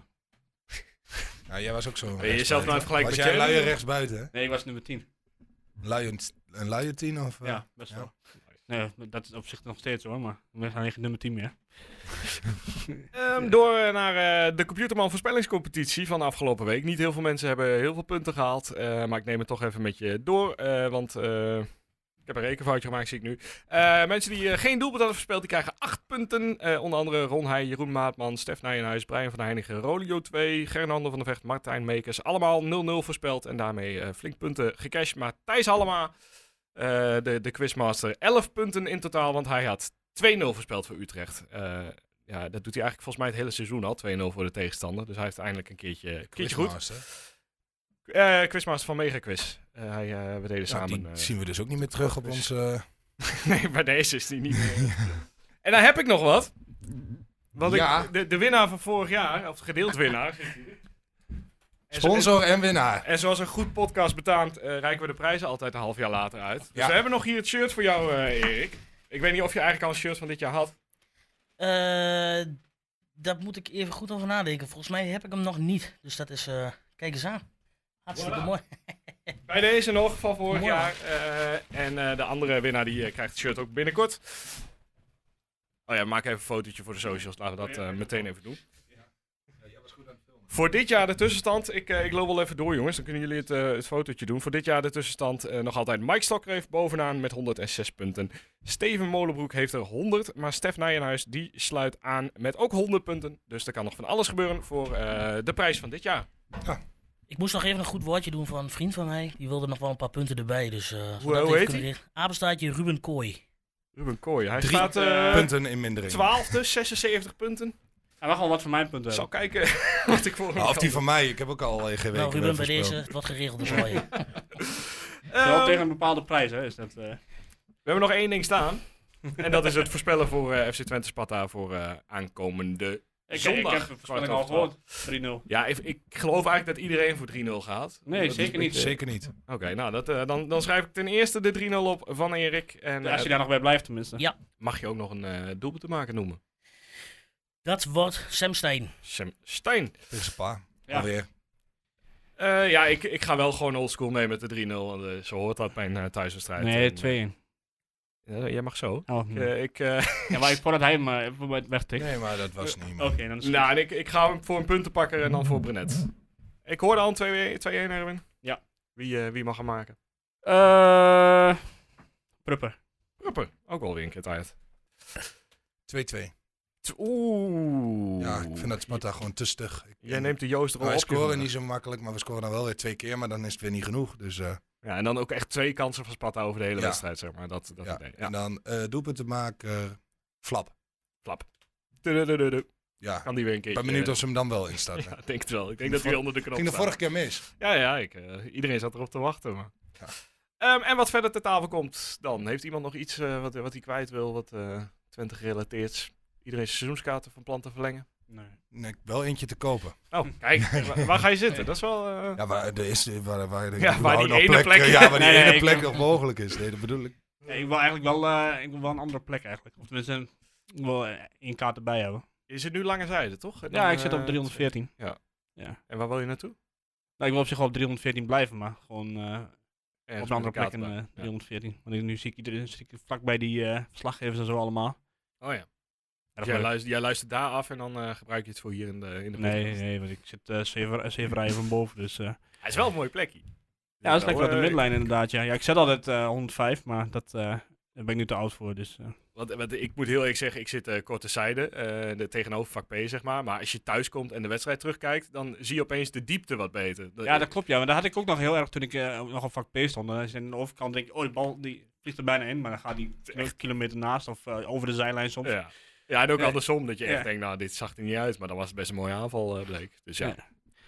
Ja, jij was ook zo. Ben je jezelf nou even gelijk Was met jij een Jerry? luie rechtsbuiten, hè? Nee, ik was nummer tien. Luie, een luie tien of? uh, Ja, best ja. wel. Nee, dat is op zich nog steeds hoor, maar we zijn geen nummer tien meer. Ehm, door uh, naar uh, de Computerman voorspellingscompetitie van de afgelopen week. Niet heel veel mensen hebben heel veel punten gehaald. Uh, maar ik neem het toch even met je door. Uh, want uh, ik heb een rekenfoutje gemaakt, zie ik nu. Uh, mensen die uh, geen doelpunt hadden verspeeld, die krijgen acht punten. Uh, onder andere Ron Heij, Jeroen Maatman, Stef Nijenhuis, Brian van der Heijnigen, Rolio twee, Gernander van der Vecht, Martijn Meekers. Allemaal nul nul voorspeld en daarmee uh, flink punten gecashed. Maar Thijs Hallema, uh, de, de quizmaster, elf punten in totaal, want hij had twee nul voorspeld voor Utrecht. Uh, Ja, dat doet hij eigenlijk volgens mij het hele seizoen al. twee nul voor de tegenstander. Dus hij heeft eindelijk een keertje, een keertje goed. Quizmaster. Uh, quizmaster van Mega Quiz. Uh, hij, uh, we deden Ja, samen... die uh, zien we dus ook niet meer terug op quiz. onze... nee, bij deze is die niet meer. En dan heb ik nog wat. Want Ja. ik, de, de winnaar van vorig jaar, of gedeeld winnaar... zit hier. En zo- Sponsor en winnaar. En zoals een goed podcast betaamt, uh, reiken we de prijzen altijd een half jaar later uit. Dus Ja. we hebben nog hier het shirt voor jou, uh, Erik. Ik weet niet of je eigenlijk al een shirt van dit jaar had. Eh, daar moet ik even goed over nadenken. Volgens mij heb ik hem nog niet. Dus dat is, eh, kijk eens aan. Hartstikke Voilà. mooi. Bij deze nog van vorig Mooi. jaar. Uh, en uh, de andere winnaar die uh, krijgt het shirt ook binnenkort. Oh ja, maak even een fotootje voor de socials. Laten we dat uh, meteen even doen. Voor dit jaar de tussenstand. Ik, uh, ik loop wel even door, jongens. Dan kunnen jullie het, uh, het fotootje doen. Voor dit jaar de tussenstand uh, nog altijd Mike Stokker heeft bovenaan met honderdzes punten. Steven Molenbroek heeft er honderd. Maar Stef Nijenhuis die sluit aan met ook honderd punten. Dus er kan nog van alles gebeuren voor uh, de prijs van dit jaar. Ik moest nog even een goed woordje doen van een vriend van mij. Die wilde nog wel een paar punten erbij. Dus, uh, zodat we hoe even heet kunnen regelen. Apenstaartje Ruben Kooi. Ruben Kooi. Hij Drie staat uh, punten in mindering. twaalfde, zesenzeventig punten. Hij mag wel wat van mijn punten Ik zal hebben. kijken wat ik voor hem Ah, of die kan van mij. Ik heb ook al uh, geen Nou, weken Ruben, bij voorspeld. deze, het wordt geregeld dus voor je. Wel Ehm, tegen een bepaalde prijs, hè? Is dat, uh... We hebben nog één ding staan. En dat is het voorspellen voor uh, F C Twente Sparta voor uh, aankomende ik, zondag. ik heb de voorspelling al gehoord. drie nul. Ja, ik, ik geloof eigenlijk dat iedereen voor drie nul gaat. Nee, Dat zeker is- niet. Zeker niet. Oké, nou, dat, uh, dan, dan schrijf ik ten eerste de drie nul op van Erik. En Ja, als je uh, daar nog bij blijft tenminste. Ja. mag je ook nog een uh, doelpunt te maken noemen. Dat wordt Sam Stein. Sam Stein. Tegen zijn pa. Ja. Alweer. Uh, ja, ik, ik ga wel gewoon oldschool mee met de drie nul. Want uh, zo hoort dat bij een uh, thuiswedstrijd. Nee, En, twee één. uh, jij mag zo. Oh, Ik, nee. uh, ik, uh, Ja, maar ik voordat hij hem uh, even wegtikt. Nee, maar dat was niet Oké, meer. dan is het nou, en ik, ik ga hem voor een puntenpakker en dan voor Brenet. Ik hoorde al een twee één, Erwin. Ja. Wie, uh, wie mag hem maken? Uh, Prupper. Rupper. Ook wel weer een keer tijd. twee twee. Oeh. Ja, ik vind dat Sparta gewoon te stug. Ik- Jij neemt de Joost rol Wij op. je scoren vandaag. niet zo makkelijk, maar we scoren dan wel weer twee keer. Maar dan is het weer niet genoeg. Dus uh, Ja, en dan ook echt twee kansen van Sparta over de hele Ja. wedstrijd, zeg maar. Dat, dat ja. idee. Ja. En dan uh, doelpunten maken. Flap. Flap. Tududududu. Ja. Kan die weer een Ik keer. ben benieuwd of ze hem dan wel instart. Ja, ik denk het wel. Ik denk dat hij onder de knop Ging de staat. vorige keer mis. Ja, ja. Ik, uh, iedereen zat erop te wachten. Maar. Ja. Um, en wat verder ter tafel komt dan? Heeft iemand nog iets uh, wat, wat hij kwijt wil, wat uh, Twente gerelateerd is? Iedereen zijn seizoenskaarten van plan te verlengen? Nee. Nee, wel eentje te kopen. Oh, kijk. waar, waar ga je zitten? Dat is wel... Uh... Ja, waar, er is, waar, waar, de, Ja, waar die nog ene plek- Ja, waar die Nee, nee, ene ik- plek nog mogelijk is. Nee, dat bedoel ik. Ja, ik wil eigenlijk wel, uh, ik wil wel een andere plek eigenlijk. Of tenminste, ik wil uh, één kaart erbij hebben. Je zit nu lange zijde, toch? En Ja, dan, ik zit uh, op driehonderdveertien. ja. Ja. En waar wil je naartoe? Nou, ik wil op zich wel op driehonderdveertien blijven, maar gewoon uh, Ergens op een andere met plek in kaart uh, bij. Ja. driehonderdveertien. Want ik, nu zie ik iedereen zit ik vlak bij die uh, verslaggevers en zo allemaal. Oh ja. Ja, Dus dat jij, vond ik- luistert, jij luistert daar af en dan uh, gebruik je het voor hier in de, in de Nee, podcast. nee, want ik zit uh, zeven, zeven rijen van boven, dus... Uh, Hij is wel een mooi plekje. ja, dat is lekker op de uh, midlijn inderdaad, ja. Ja, ik zet altijd uh, honderdvijf, maar dat, uh, daar ben ik nu te oud voor, dus... Uh. Want, want ik moet heel eerlijk zeggen, ik zit uh, korte zijde, uh, de tegenover vak P, zeg maar. Maar als je thuis komt en de wedstrijd terugkijkt, dan zie je opeens de diepte wat beter. Dat, Ja, dat klopt, ja. Maar dat had ik ook nog heel erg toen ik uh, nog op vak P stond. En als je aan de overkant denkt, oh, die bal die vliegt er bijna in, maar dan gaat die een kilometer naast of uh, over de zijlijn soms. Ja. Ja, en ook Ja. andersom, dat je echt Ja. denkt, nou, dit zag er niet uit. Maar dan was het best een mooie aanval, uh, bleek. Dus ja. Ja.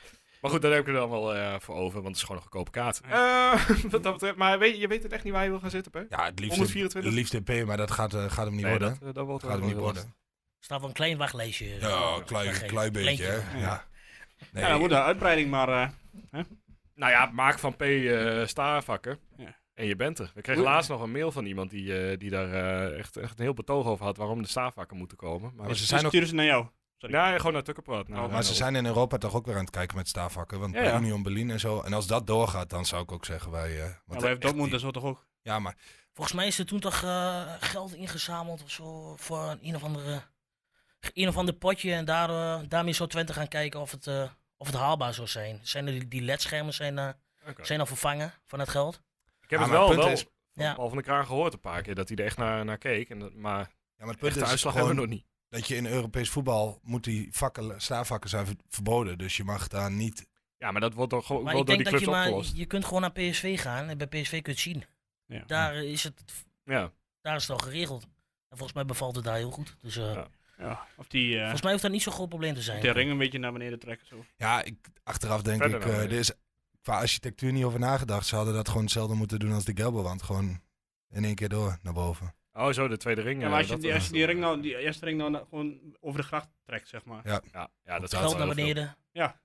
Maar goed, daar heb ik er dan wel uh, voor over, want het is gewoon een goedkope kaart. Uh, wat dat betreft, maar weet, je weet het echt niet waar je wil gaan zitten, hè? Ja, het liefst, honderdvierentwintig? het liefst in P, maar dat gaat, uh, gaat hem niet nee, worden. Dat, uh, dat wordt gaat hem niet worden. Er staat wel een klein wachtlijstje. Ja, een klein, klein beetje, hè. Ja. Ja. Nee. Ja, dan wordt een uitbreiding, maar... Uh, hè? Nou ja, maak van P uh, staarvakken. Ja. En je bent er. We kregen laatst nog een mail van iemand die, uh, die daar uh, echt, echt een heel betoog over had waarom de staarvakken moeten komen. Maar Maar ze ze zijn ook- sturen ze naar jou. Sorry. ja, gewoon naar Tukkerpraat. Nou, Oh, Maar ze zijn in Europa toch ook weer aan het kijken met staafvakken. Want Ja, bij ja. Union Berlin en zo. En als dat doorgaat, dan zou ik ook zeggen wij... Uh, Ja, want maar heeft echt Dortmund die- en zo toch ook? Ja, maar Volgens mij is er toen toch uh, geld ingezameld of zo voor een, een of andere een of ander potje en daar, uh, daarmee zou Twente gaan kijken of het, uh, of het haalbaar zou zijn. Zijn er die, die L E D-schermen zijn, uh, Okay. zijn al vervangen van het geld? Ik heb Ja, het maar wel, het punt wel is- Ja. al van de kraan gehoord een paar keer dat hij er echt naar, naar keek. En dat, maar Ja, maar het punt echte is uitslag gewoon hebben we nog niet. dat je in Europees voetbal moet die vakken, staafvakken zijn ver- verboden. Dus je mag daar niet... Ja, maar dat wordt toch gewoon Maar wel ik door denk die dat je clubs maar, opgelost. je kunt gewoon naar P S V gaan en bij P S V kun je het zien. Ja. Daar is het, Ja. daar is het al geregeld. En volgens mij bevalt het daar heel goed. Dus uh, Ja. Ja, of die, uh, volgens mij hoeft dat niet zo'n groot probleem te zijn. de ring een beetje naar beneden trekken. Zo. Ja, ik, achteraf denk Verder ik, dan uh, weer. er is qua architectuur niet over nagedacht. Ze hadden dat gewoon hetzelfde moeten doen als de Gelderwand. Gewoon in één keer door naar boven. Oh, zo, de tweede ring. Ja, eh, maar als je, dat, die, eh, als je die, ring nou, die eerste ring nou na- gewoon over de gracht trekt, zeg maar. Ja. Ja, ja, dat dat is Geld naar beneden. Ja,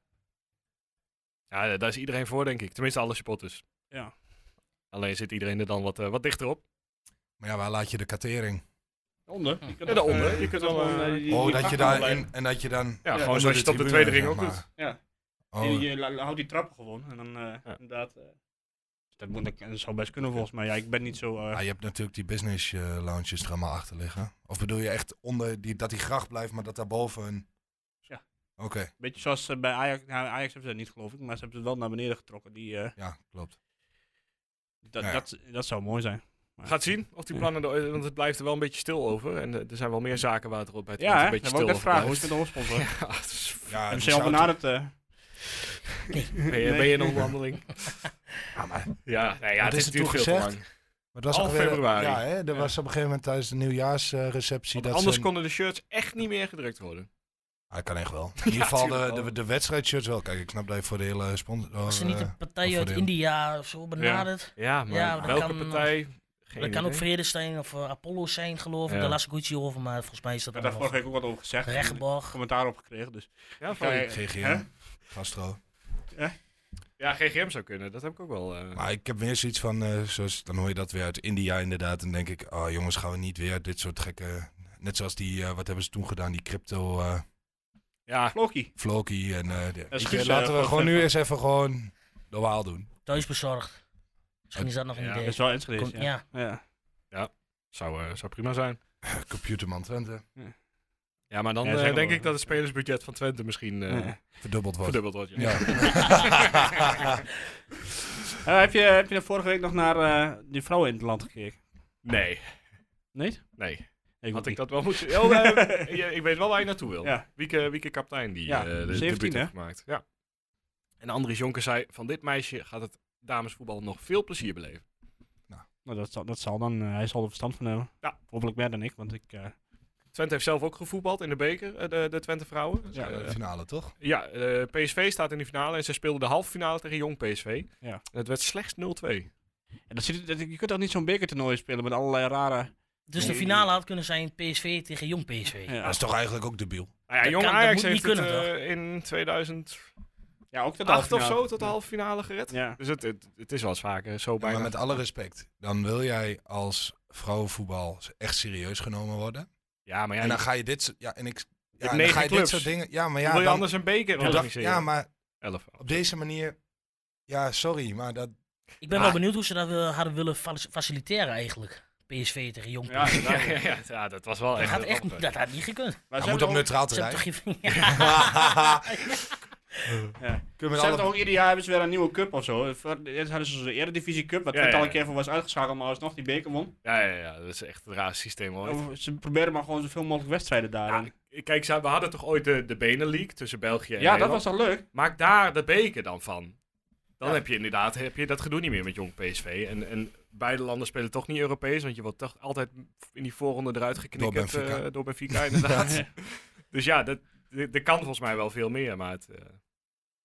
daar is iedereen voor, denk ik. Tenminste, alle supporters. Ja. Alleen zit iedereen er dan wat, uh, wat dichter op. Maar ja, waar laat je de kartering? Onder. Je kunt Ja, nog, daaronder. eh, Je kunt wel, gewoon, eh, eh, die- Oh, die dat je gracht daar blijven. in, en dat je dan... Ja, Ja, gewoon onder zoals je het op de tribune, tweede ring zeg ook maar. doet. Ja. Oh, Je, je la- houdt die trappen gewoon. En dan uh, Ja. inderdaad... Uh, dat, moet, dat zou best kunnen volgens mij. Ja, ik ben niet zo... Uh, ah, je hebt natuurlijk die business uh, lounges er allemaal achter liggen. Of bedoel je echt onder die, dat die gracht blijft, maar dat daarboven een... Ja. Oké, okay. beetje zoals uh, bij Ajax. Nou, Ajax hebben ze dat niet, geloof ik. Maar ze hebben het wel naar beneden getrokken. Die, uh, ja, klopt. dat, Ja, ja. Dat, dat zou mooi zijn. Maar- Gaat zien of die plannen, er, want het blijft er wel een beetje stil over. En uh, er zijn wel meer zaken waar het er bij het Ja, een hè? beetje Dat wou stil ik net vragen. Hoe is over het met de hoofdsponsor? blijft. Ja, het is- Ja, Hebben die ze al zou benaderd? Uh, ben, je, ben je in onderhandeling? Ja, maar Ja, nee, ja Wat het is is er natuurlijk toen veel te gezegd? lang. het was Half ook weer- februari. Ja, hè, er Ja. was op een gegeven moment tijdens de nieuwjaarsreceptie... Want dat anders ze, konden de shirts echt niet meer gedrukt worden. Ah, dat kan echt wel. In ieder geval de, tuurlijk de, wel. de wedstrijdshirts wel. Kijk, ik snap dat je voor de hele sponsor... Was er niet eh, een partij of uit voor de- India of zo benaderd? Ja, maar Ja, maar dat welke kan- partij? Geen Dat kan ook idee. Vredestein of uh, Apollo zijn, geloof ik. Ja. Daar las ik iets over, maar volgens mij is dat ik heb daar allemaal vorige week ook wat over gezegd. en Regenborg. commentaar op gekregen. Dus. Ja, Ik van- ga- G G M, Hè? Gastro. ja, G G M zou kunnen. Dat heb ik ook wel. eh. Maar ik heb weer zoiets van, eh, zoals, dan hoor je dat weer uit India inderdaad. En denk ik, oh jongens, gaan we niet weer dit soort gekke... Net zoals die, eh, wat hebben ze toen gedaan, die crypto eh ja, Floki. Floki. En, eh, de- weet je, Excuus, laten eh, we voor- gewoon nu eens even gewoon normaal doen. thuisbezorgd. Misschien is dat nog een Ja, Dat idee. is wel Enschede. Komt- Ja. ja. Ja. zou, uh, zou prima zijn. Computerman Twente. Ja, maar dan Ja, uh, zeg denk maar. ik dat het spelersbudget van Twente misschien uh, Ja. Verdubbeld wordt. verdubbeld wordt. Ja. Ja. Uh, heb, je, heb je vorige week nog naar uh, die vrouwen in het land gekeken? Nee, Nee? nee. Ik Had ook ik dat wel moeten... Oh, uh, je- ik weet wel waar je naartoe wil. Ja. Wieke, Wieke kaptein die Ja, uh, de zeventien, debuut hè? heeft gemaakt. Ja. En Andries Jonker zei, van dit meisje gaat het damesvoetbal nog veel plezier beleven. Nou, dat zal, dat zal dan. Uh, hij zal er verstand van hebben. Ja. Hopelijk meer dan ik, want ik... Uh, Twente heeft zelf ook gevoetbald in de beker, uh, de, de Twente vrouwen. Dus, Ja, uh, de finale toch? ja, uh, P S V staat in de finale en ze speelden de halve finale tegen Jong P S V. Ja. En het werd slechts nul twee. en dat ziet, dat, je kunt toch niet zo'n bekertoernooi spelen met allerlei rare... Dus de finale had kunnen zijn P S V tegen Jong P S V. Ja, Dat is toch eigenlijk ook debiel? Nou ja, Dat Jong kan- dat Ajax moet heeft niet het kunnen, uh, in tweeduizend ja ook tot acht de of halve zo finale. tot de halve finale gered. Ja. Dus het, het, het is wel eens vaker zo Ja, bijna. maar met alle respect, dan wil jij als vrouwenvoetbal echt serieus genomen worden. Ja, maar ja, en dan je- ga je dit soort, ja, en ik, ja, hebt en dan negen ga je dit clubs. soort dingen. Ja, maar hoe ja, wil je dan, anders een beker ja, organiseren? ja, maar Elf. op deze manier, ja, sorry, maar dat. Ik ben Ah. wel benieuwd hoe ze dat wil- hadden willen fa- faciliteren eigenlijk. P S V tegen Jong P Ja, S V. Ja, ja, ja, ja, dat was wel Dat echt... had een echt ramp, hè. dat had niet gekund. Maar Hij moet op neutraal Ze terrein. hebben toch geen... Ja. Kunnen Ze we hebben alle- toch ook ieder jaar hebben ze weer een nieuwe cup of zo. Voor- Eerst hadden ze zo'n Eredivisie Cup, wat Ja, Twente ja, al een ja. keer voor was uitgeschakeld, maar alsnog die beker won. Ja, ja, ja, dat is echt het raar systeem ooit. Of Ze proberen maar gewoon zoveel mogelijk wedstrijden daar. Ja, kijk, ze- we hadden toch ooit de, de Benelink tussen België en Ja, dat Nederland? was al leuk. Maak daar de beker dan van. Dan Ja. heb je inderdaad heb je dat gedoe niet meer met Jong P S V. En, en beide landen spelen toch niet Europees, want je wordt toch altijd in die voorronde eruit geknikkerd Door Benfica. eh, door Benfica inderdaad. Dus ja, dat, dat, dat kan volgens mij wel veel meer, maar het, eh, het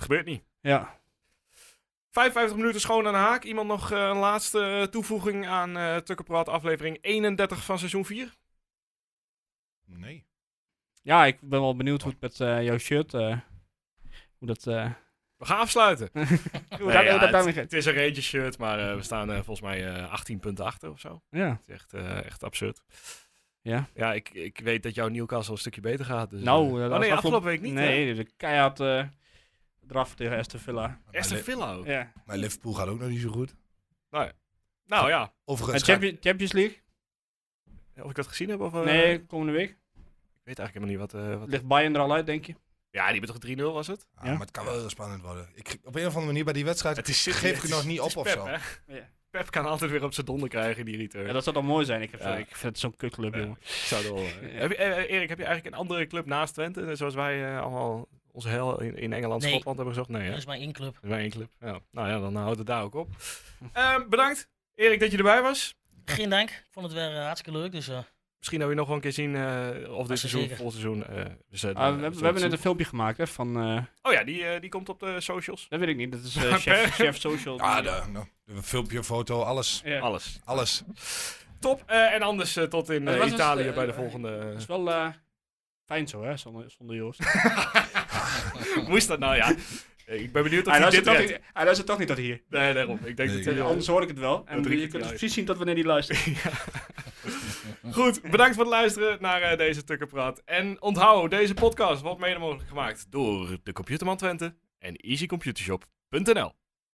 gebeurt niet. Ja. vijfenvijftig minuten schoon aan de haak. Iemand nog uh, een laatste toevoeging aan uh, Tukkenpraat aflevering eenendertig van seizoen vier? Nee. Ja, ik ben wel benieuwd hoe het met uh, jouw shirt... Uh, hoe dat... Uh... We gaan afsluiten. hoe nee, dat, ja, hoe dat daarmee het, gaat. het is een Rangers shirt, maar uh, we staan uh, volgens mij uh, achttien punten achter of zo. Ja. Het is echt, uh, echt absurd. Ja. Ja, ik, ik weet dat jouw Newcastle een stukje beter gaat. Dus, nou, uh, dat oh, was nee, afgelopen afgelopen week niet. Nee, de keihard uh, eraf tegen Aston Villa. Aston Villa ook. Ja. Maar Liverpool gaat ook nog niet zo goed. Nou ja. Nou, ja. Overigens Uh, Champions, Champions League? Of ik dat gezien heb? Of, uh, Nee, komende week. Ik weet eigenlijk helemaal niet wat... Uh, wat... Ligt Bayern er al uit, denk je? Ja, die hebben toch drie nul was het? Ah, Ja. Maar het kan wel heel spannend worden. Ik, op een of andere manier bij die wedstrijd Het is, geef ik het het nog is- niet het op is of Pep, zo. hè? Ja. Pep kan altijd weer op zijn donder krijgen, die return. Ja, dat zou dan mooi zijn. Ik, heb zo, Ja. ik vind het zo'n kutclub, Ja. jongen. Ik zou er wel, uh, Ja. heb je, uh, Erik, heb je eigenlijk een andere club naast Twente? Zoals wij uh, allemaal onze hel in, in Engeland, Nee. Schotland hebben gezocht? Nee, hè? Dat is maar één club. Dat is maar één club. Ja. Nou ja, dan houdt het daar ook op. Um, bedankt, Erik, dat je erbij was. Geen dank. Ik vond het weer uh, hartstikke leuk. Dus uh, Misschien dat we je nog wel een keer zien uh, of dit Dat seizoen, zeker. vol seizoen. Uh, dus, uh, Ah, dan, we, uh, hebben- we zullen hebben net het een filmpje gemaakt hè, van... Uh, zien. Oh ja, die, uh, die komt op de socials. dat weet ik niet. Dat is uh, Per- chef, chef Social. Ja, de, nou, een filmpje, foto, alles. Ja. Alles. Alles. Top. Uh, en anders uh, tot in Maar uh, het was dus, Italië uh, bij de uh, volgende... Dat is wel uh, fijn zo, hè, zonder, zonder Joost. Moest dat nou, ja. Ik ben benieuwd of Hij hij dit luistert, toch redt. niet, hij luistert toch niet tot hier. Nee, daarom. Ik denk Nee. dat hij... Anders hoor ik het wel. En Dat je riep kunt hij dus uit. precies zien dat wanneer hij luistert. Goed, bedankt voor het luisteren naar uh, deze Tukkenpraat. En onthoud, deze podcast wordt mede mogelijk gemaakt door de Computerman Twente en easy computershop punt n l.